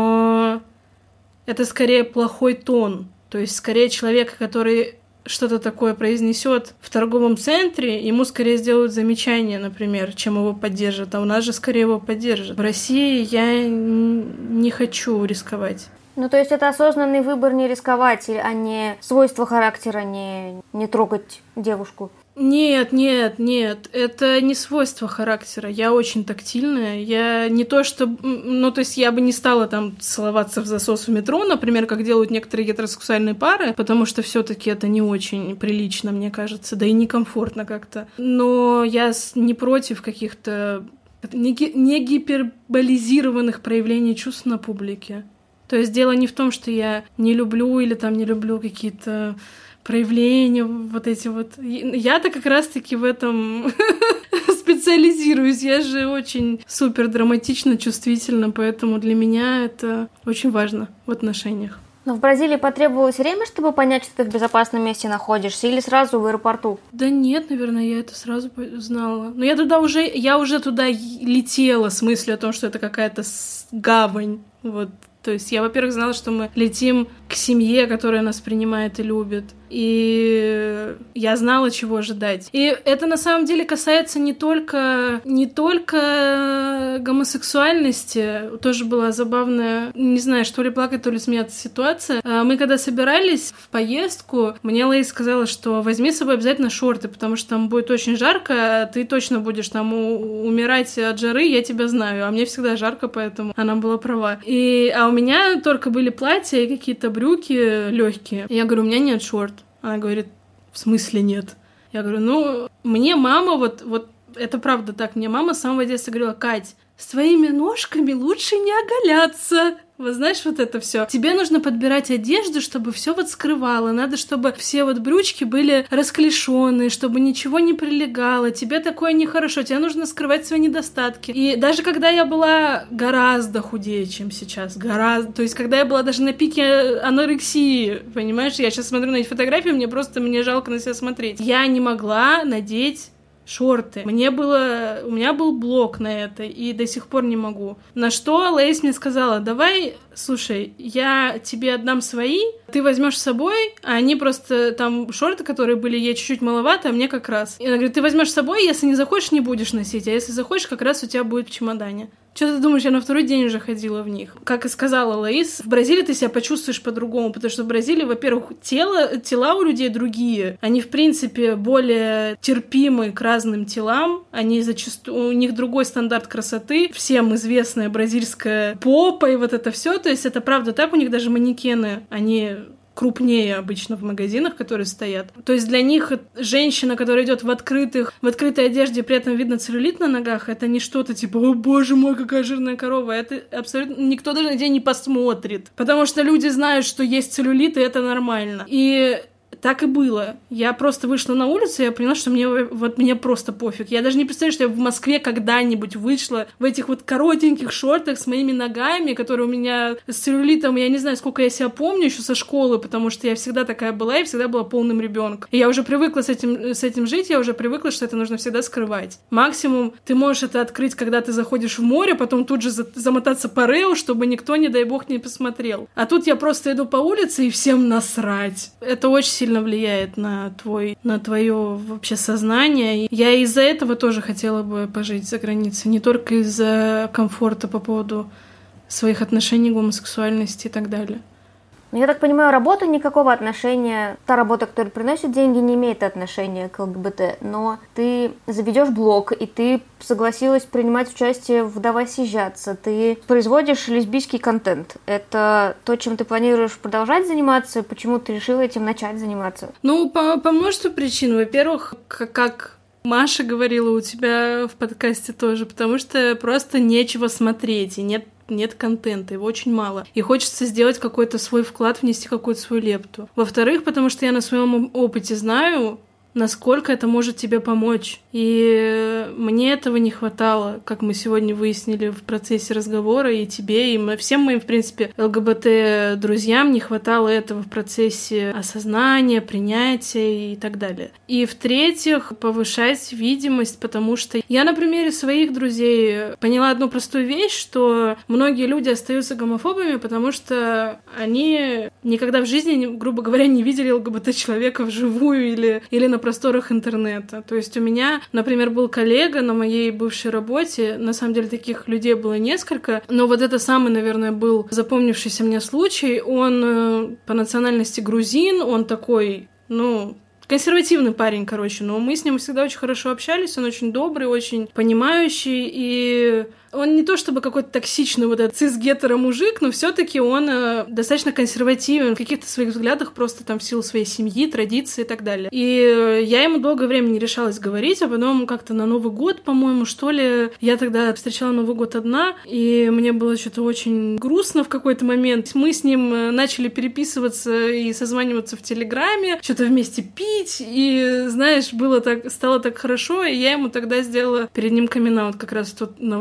Но это скорее плохой тон. То есть скорее человек, который что-то такое произнесет в торговом центре, ему скорее сделают замечание, например, чем его поддержат. А у нас же скорее его поддержат. В России я не хочу рисковать. Ну, то есть это осознанный выбор не рисковать, а не свойство характера не, не трогать девушку? Нет, нет, нет, это не свойство характера. Я очень тактильная. Я не то что... Ну, то есть я бы не стала там целоваться в засос в метро, например, как делают некоторые гетеросексуальные пары, потому что все-таки это не очень прилично, мне кажется, да и некомфортно как-то. Но я не против каких-то не гиперболизированных проявлений чувств на публике. То есть дело не в том, что я не люблю или там не люблю какие-то проявления, вот эти вот. Я-то как раз-таки в этом специализируюсь. Я же очень супер драматично, чувствительна, поэтому для меня это очень важно в отношениях. Но в Бразилии потребовалось время, чтобы понять, что ты в безопасном месте находишься, или сразу в аэропорту? Да нет, наверное, я это сразу знала. Но я туда уже, я уже туда летела с мыслью о том, что это какая-то гавань, вот. То есть я, во-первых, знала, что мы летим к семье, которая нас принимает и любит. и я знала, чего ожидать. И это на самом деле касается не только, не только гомосексуальности. Тоже была забавная, не знаю, что ли плакать, то ли смеяться ситуация. Мы когда собирались в поездку, мне Лейс сказала, что возьми с собой обязательно шорты, потому что там будет очень жарко, ты точно будешь там умирать от жары, я тебя знаю. А мне всегда жарко, поэтому она была права. И, а у меня только были платья и какие-то брюки легкие. Я говорю, у меня нет шорт. Она говорит, в смысле нет? Я говорю, ну, мне мама, вот, вот это правда так, мне мама с самого детства говорила, Кать, с твоими ножками лучше не оголяться. Вот знаешь, вот это все. Тебе нужно подбирать одежду, чтобы все вот скрывало. Надо, чтобы все вот брючки были расклешенные, чтобы ничего не прилегало. Тебе такое нехорошо. Тебе нужно скрывать свои недостатки. И даже когда я была гораздо худее, чем сейчас, гораздо... То есть, когда я была даже на пике анорексии, понимаешь? Я сейчас смотрю на эти фотографии, мне просто, мне жалко на себя смотреть. Я не могла надеть шорты. Мне было... У меня был блок на это, и до сих пор не могу. На что Лейс мне сказала, давай, слушай, я тебе отдам свои, ты возьмешь с собой, а они просто там шорты, которые были ей чуть-чуть маловато, а мне как раз. И она говорит, ты возьмешь с собой, если не захочешь, не будешь носить, а если захочешь, как раз у тебя будет в чемодане. Что ты думаешь, я на второй день уже ходила в них. Как и сказала Лаис, в Бразилии ты себя почувствуешь по-другому, потому что в Бразилии, во-первых, тело, тела у людей другие. Они, в принципе, более терпимы к разным телам. Они зачастую... У них другой стандарт красоты. Всем известная бразильская попа и вот это все. То есть это правда так. У них даже манекены, они... крупнее обычно в магазинах, которые стоят. То есть для них женщина, которая идет в открытых, в открытой одежде, при этом видно целлюлит на ногах, это не что-то типа «О, боже мой, какая жирная корова!» Это абсолютно... Никто даже на тебя не посмотрит. Потому что люди знают, что есть целлюлит, и это нормально. И так и было. Я просто вышла на улицу, и я поняла, что мне вот мне просто пофиг. Я даже не представляю, что я в Москве когда-нибудь вышла в этих вот коротеньких шортах с моими ногами, которые у меня с целлюлитом, я не знаю, сколько я себя помню еще со школы, потому что я всегда такая была и всегда была полным ребенком. И я уже привыкла с этим, с этим жить, я уже привыкла, что это нужно всегда скрывать. Максимум ты можешь это открыть, когда ты заходишь в море, потом тут же за- замотаться по рею, чтобы никто, не дай бог, не посмотрел. А тут я просто иду по улице, и всем насрать. Это очень сильно влияет на твой, на твое вообще сознание. И я из-за этого тоже хотела бы пожить за границей, не только из-за комфорта по поводу своих отношений, гомосексуальности и так далее. Я так понимаю, работа никакого отношения, та работа, которая приносит деньги, не имеет отношения к ЛГБТ, но ты заведешь блог, и ты согласилась принимать участие в «Давай съезжаться», ты производишь лесбийский контент. Это то, чем ты планируешь продолжать заниматься? Почему ты решила этим начать заниматься? Ну, по, по множеству причин. Во-первых, как Маша говорила у тебя в подкасте тоже, потому что просто нечего смотреть, и нет нет контента, его очень мало. И хочется сделать какой-то свой вклад, внести какую-то свою лепту. Во-вторых, потому что я на своем опыте знаю, насколько это может тебе помочь. И мне этого не хватало, как мы сегодня выяснили в процессе разговора, и тебе, и всем моим, в принципе, ЛГБТ-друзьям не хватало этого в процессе осознания, принятия и так далее. И в-третьих, повышать видимость, потому что я на примере своих друзей поняла одну простую вещь, что многие люди остаются гомофобами, потому что они никогда в жизни, грубо говоря, не видели ЛГБТ-человека вживую или, или на просторах интернета. То есть у меня, например, был коллега на моей бывшей работе, на самом деле таких людей было несколько, но вот это самый, наверное, был запомнившийся мне случай. Он по национальности грузин, он такой, ну... консервативный парень, короче, но мы с ним всегда очень хорошо общались, он очень добрый, очень понимающий, и он не то чтобы какой-то токсичный вот этот цис-гетеро-мужик, но все-таки он э, достаточно консервативен в каких-то своих взглядах, просто там в силу своей семьи, традиций и так далее. И э, я ему долгое время не решалась говорить, а потом как-то на Новый год, по-моему, что ли, я тогда встречала Новый год одна, и мне было что-то очень грустно в какой-то момент. Мы с ним начали переписываться и созваниваться в Телеграме, что-то вместе пить, и, знаешь, было так, стало так хорошо, и я ему тогда сделала перед ним камин-аут как раз в ту новогоднюю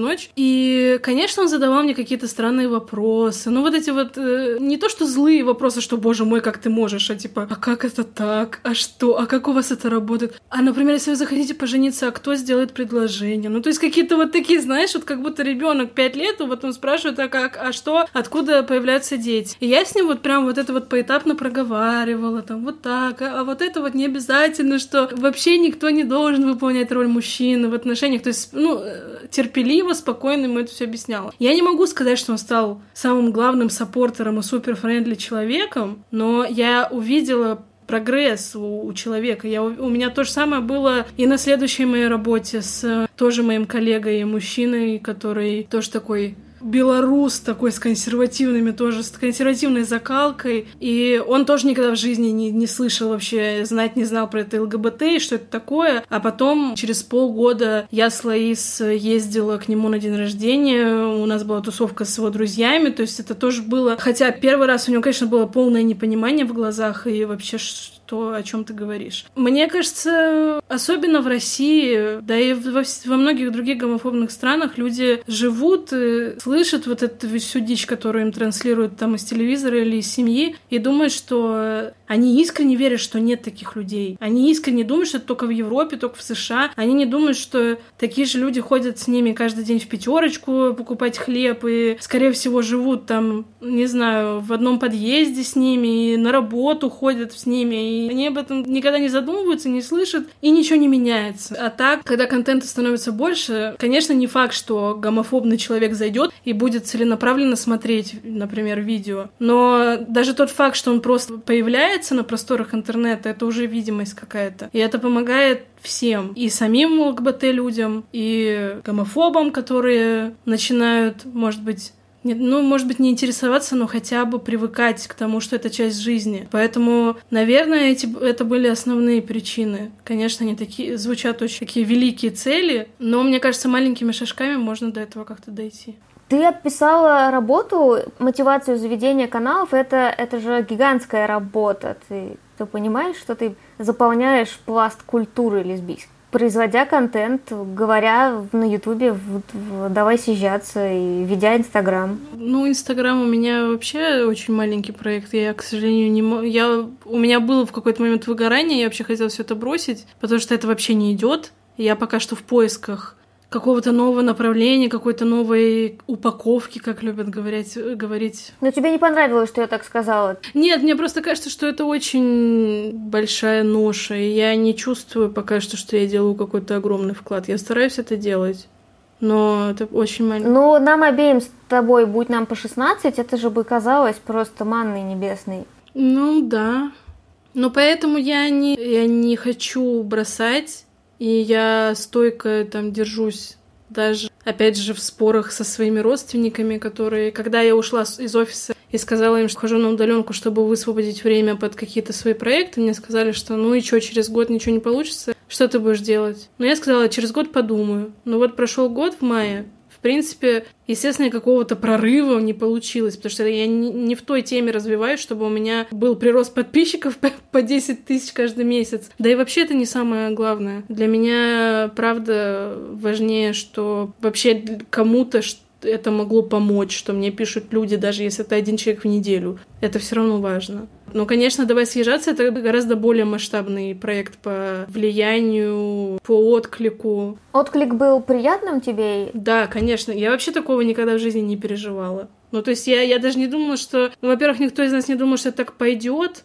ночь. И, конечно, он задавал мне какие-то странные вопросы. Ну, вот эти вот... Э, не то, что злые вопросы, что, боже мой, как ты можешь, а типа, а как это так? А что? А как у вас это работает? А, например, если вы захотите пожениться, а кто сделает предложение? Ну, то есть какие-то вот такие, знаешь, вот как будто ребенок пять лет, и вот он спрашивает, а как, а что, откуда появляются дети? И я с ним вот прям вот это вот поэтапно проговаривала, там, вот так, а, а вот это вот не обязательно, что вообще никто не должен выполнять роль мужчины в отношениях. То есть, ну, терпеливо, спокойно ему это все объясняла. Я не могу сказать, что он стал самым главным саппортером и супер-френдли человеком, но я увидела прогресс у, у человека. Я, у меня то же самое было и на следующей моей работе с тоже моим коллегой, мужчиной, который тоже такой белорус, такой с консервативными, тоже с консервативной закалкой. И он тоже никогда в жизни не, не слышал вообще, знать не знал про это ЛГБТ и что это такое. А потом, через полгода, я с Лаис ездила к нему на день рождения. У нас была тусовка с его друзьями. То есть это тоже было... Хотя первый раз у него, конечно, было полное непонимание в глазах и вообще... то, о чем ты говоришь. Мне кажется, особенно в России, да и во, во многих других гомофобных странах люди живут и слышат вот эту всю дичь, которую им транслируют там из телевизора или из семьи, и думают, что они искренне верят, что нет таких людей. Они искренне думают, что это только в Европе, только в США. Они не думают, что такие же люди ходят с ними каждый день в пятерочку покупать хлеб и, скорее всего, живут там, не знаю, в одном подъезде с ними и на работу ходят с ними, и они об этом никогда не задумываются, не слышат, и ничего не меняется. А так, когда контента становится больше, конечно, не факт, что гомофобный человек зайдет и будет целенаправленно смотреть, например, видео. Но даже тот факт, что он просто появляется на просторах интернета, это уже видимость какая-то. И это помогает всем. И самим ЛГБТ-людям, и гомофобам, которые начинают, может быть, Не, ну, может быть, не интересоваться, но хотя бы привыкать к тому, что это часть жизни. Поэтому, наверное, эти, это были основные причины. Конечно, они такие, звучат очень такие великие цели, но, мне кажется, маленькими шажками можно до этого как-то дойти. Ты описала работу, мотивацию заведения каналов. Это, это же гигантская работа. Ты, ты понимаешь, что ты заполняешь пласт культуры лесбийской, производя контент, говоря на Ютубе «давай съезжаться» и ведя Инстаграм. Ну, Инстаграм у меня вообще очень маленький проект. Я, к сожалению, не могу... Я... У меня было в какой-то момент выгорание, я вообще хотела все это бросить, потому что это вообще не идет. Я пока что в поисках какого-то нового направления, какой-то новой упаковки, как любят говорить. говорить. Но тебе не понравилось, что я так сказала? Нет, мне просто кажется, что это очень большая ноша, и я не чувствую пока что, что я делаю какой-то огромный вклад. Я стараюсь это делать, но это очень маленько. Ну, нам обеим с тобой, будь нам по шестнадцать, это же бы казалось просто манной небесной. Ну, да. Но поэтому я не, я не хочу бросать. И я стойко там держусь даже, опять же, в спорах со своими родственниками, которые, когда я ушла из офиса и сказала им, что хожу на удаленку, чтобы высвободить время под какие-то свои проекты, мне сказали, что ну и что, через год ничего не получится, что ты будешь делать? Но я сказала, через год подумаю. Ну вот прошел год в мае. В принципе, естественно, какого-то прорыва не получилось, потому что я не в той теме развиваюсь, чтобы у меня был прирост подписчиков по десять тысяч каждый месяц. Да и вообще это не самое главное. Для меня, правда, важнее, что вообще кому-то это могло помочь, что мне пишут люди, даже если это один человек в неделю. Это все равно важно. Но, конечно, «Давай съезжаться» — это гораздо более масштабный проект по влиянию, по отклику. Отклик был приятным тебе? Да, конечно. Я вообще такого никогда в жизни не переживала. Ну, то есть я, я даже не думала, что... Ну, во-первых, никто из нас не думал, что это так пойдет.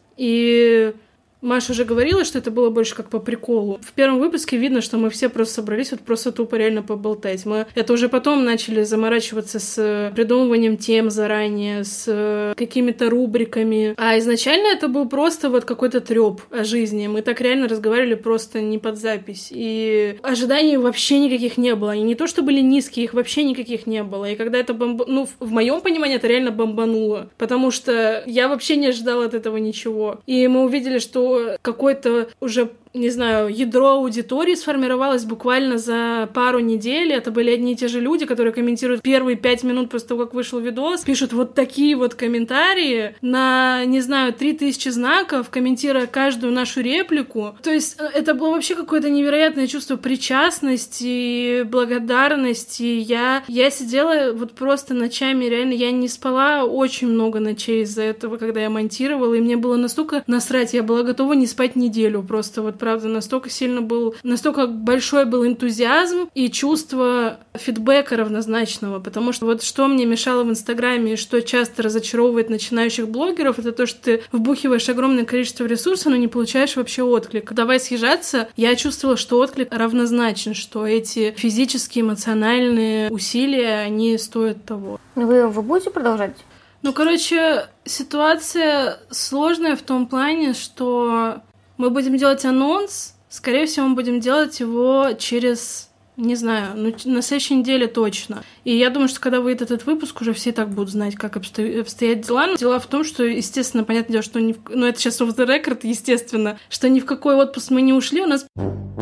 И Маша уже говорила, что это было больше как по приколу. В первом выпуске видно, что мы все просто собрались вот просто тупо реально поболтать. Мы это уже потом начали заморачиваться с придумыванием тем заранее, с какими-то рубриками. А изначально это был просто вот какой-то трёп о жизни. Мы так реально разговаривали просто не под запись. И ожиданий вообще никаких не было. Они не то что были низкие, их вообще никаких не было. И когда это бомба... Ну, в моем понимании это реально бомбануло. Потому что я вообще не ожидала от этого ничего. И мы увидели, что какой-то уже не знаю, ядро аудитории сформировалось буквально за пару недель. Это были одни и те же люди, которые комментируют первые пять минут после того, как вышел видос, пишут вот такие вот комментарии на, не знаю, три тысячи знаков, комментируя каждую нашу реплику. То есть это было вообще какое-то невероятное чувство причастности, благодарности. Я, я сидела вот просто ночами, реально, я не спала очень много ночей из-за этого, когда я монтировала, и мне было настолько насрать, я была готова не спать неделю, просто вот правда, настолько сильно был, настолько большой был энтузиазм и чувство фидбэка равнозначного, потому что вот что мне мешало в Инстаграме и что часто разочаровывает начинающих блогеров, это то, что ты вбухиваешь огромное количество ресурсов, но не получаешь вообще отклик. Давай съезжаться, я чувствовала, что отклик равнозначен, что эти физические, эмоциональные усилия, они стоят того. Вы, вы будете продолжать? Ну, короче, ситуация сложная в том плане, что мы будем делать анонс, скорее всего, мы будем делать его через, не знаю, ну, на следующей неделе точно. И я думаю, что когда выйдет этот выпуск, уже все и так будут знать, как обстоят дела. Но дело в том, что, естественно, понятное дело, что... Не в... Ну, это сейчас off the record, естественно, что ни в какой отпуск мы не ушли, у нас...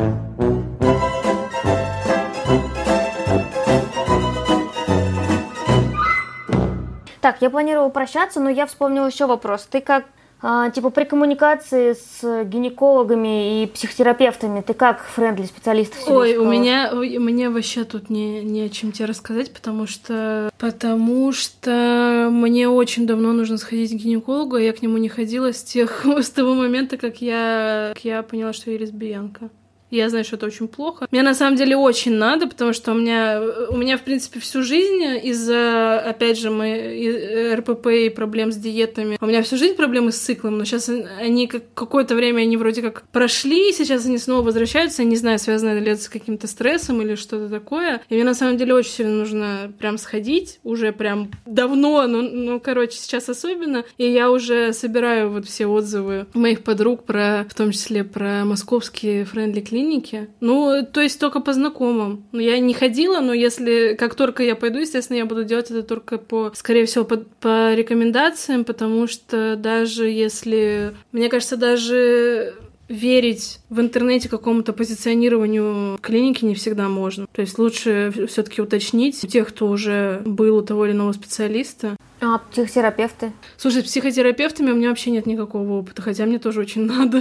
Так, я планировала прощаться, но я вспомнила еще вопрос. Ты как, а, типа, при коммуникации с гинекологами и психотерапевтами, ты как френдли специалистов себе Ой, искала? у меня, мне вообще тут не, не о чем тебе рассказать, потому что, потому что мне очень давно нужно сходить к гинекологу, а я к нему не ходила с тех, с того момента, как я, как я поняла, что я лесбиянка. Я знаю, что это очень плохо. Мне на самом деле очень надо, потому что у меня, у меня в принципе, всю жизнь из-за, опять же, мы, РПП и проблем с диетами, у меня всю жизнь проблемы с циклом, но сейчас они как, какое-то время они вроде как прошли, сейчас они снова возвращаются, я не знаю, связано ли это с каким-то стрессом или что-то такое. И мне на самом деле очень сильно нужно прям сходить, уже прям давно, ну, ну короче, сейчас особенно, и я уже собираю вот все отзывы моих подруг про, в том числе про московские френдли клиники. Ну, то есть только по знакомым. Ну, я не ходила, но если как только я пойду, естественно, я буду делать это только по, скорее всего, по, по рекомендациям, потому что даже если... Мне кажется, даже верить в интернете какому-то позиционированию клиники не всегда можно. То есть лучше все-таки уточнить у тех, кто уже был у того или иного специалиста. А психотерапевты? Слушай, с психотерапевтами у меня вообще нет никакого опыта, хотя мне тоже очень надо.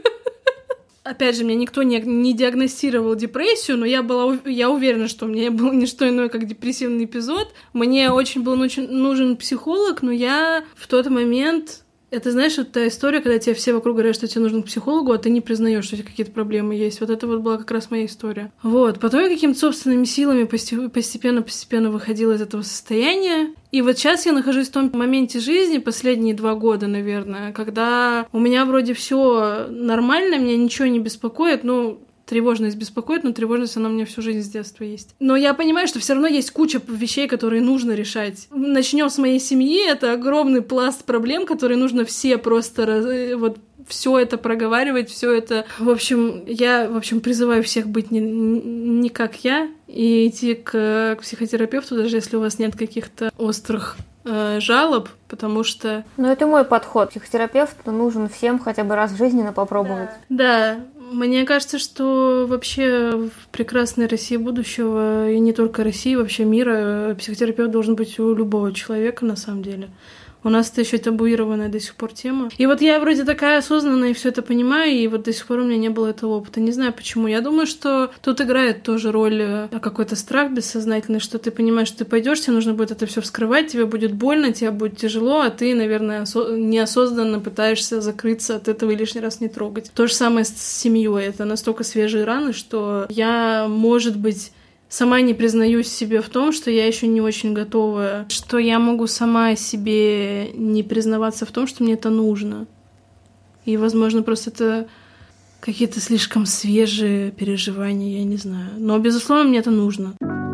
Опять же, меня никто не, не диагностировал депрессию, но я была, я уверена, что у меня был не что иное, как депрессивный эпизод. Мне очень был нужен, нужен психолог, но я в тот момент... Это, знаешь, вот та история, когда тебе все вокруг говорят, что тебе нужен к психологу, а ты не признаешь, что у тебя какие-то проблемы есть. Вот это вот была как раз моя история. Вот. Потом я какими-то собственными силами постепенно-постепенно выходила из этого состояния. И вот сейчас я нахожусь в том моменте жизни, последние два года, наверное, когда у меня вроде все нормально, меня ничего не беспокоит, ну... Тревожность беспокоит, но тревожность, она у меня всю жизнь с детства есть. Но я понимаю, что все равно есть куча вещей, которые нужно решать. Начнем с моей семьи, это огромный пласт проблем, которые нужно все просто раз... вот все это проговаривать, все это... В общем, я, в общем, призываю всех быть не, не как я и идти к, к психотерапевту, даже если у вас нет каких-то острых э, жалоб, потому что... Ну, это мой подход. Психотерапевт нужен всем хотя бы раз в жизни, но попробовать. Да. да. Мне кажется, что вообще в прекрасной России будущего, и не только России, вообще мира, психотерапевт должен быть у любого человека, на самом деле. У нас это еще табуированная до сих пор тема. И вот я вроде такая осознанная и все это понимаю, и вот до сих пор у меня не было этого опыта. Не знаю почему. Я думаю, что тут играет тоже роль какой-то страх бессознательный, что ты понимаешь, что ты пойдешь, тебе нужно будет это все вскрывать, тебе будет больно, тебе будет тяжело, а ты, наверное, неосознанно пытаешься закрыться от этого и лишний раз не трогать. То же самое с семьей. Это настолько свежие раны, что я, может быть, сама не признаюсь себе в том, что я еще не очень готова, что я могу сама себе не признаваться в том, что мне это нужно. И, возможно, просто это какие-то слишком свежие переживания, я не знаю. Но, безусловно, мне это нужно.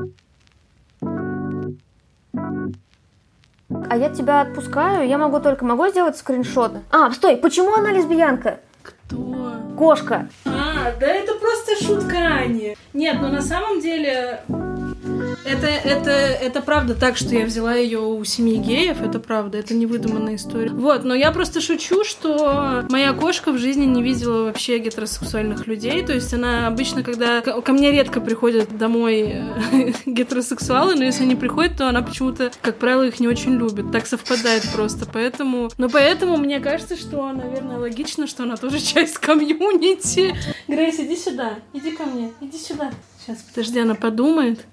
А я тебя отпускаю, я могу только могу сделать скриншоты. А, стой, почему она лесбиянка? Кто? Кошка. А, да это просто шутка, Ани. Нет, но на самом деле это это, это, это правда так, что я взяла ее у семьи геев, это правда, это не выдуманная история. Вот, но я просто шучу, что моя кошка в жизни не видела вообще гетеросексуальных людей, то есть она обычно, когда... Ко мне редко приходят домой гетеросексуалы, но если они приходят, то она почему-то, как правило, их не очень любит. Так совпадает просто, поэтому... Но поэтому мне кажется, что, наверное, логично, что она тоже часть комьюнити. Грейс, иди сюда, иди ко мне, иди сюда. Сейчас, подожди, она подумает.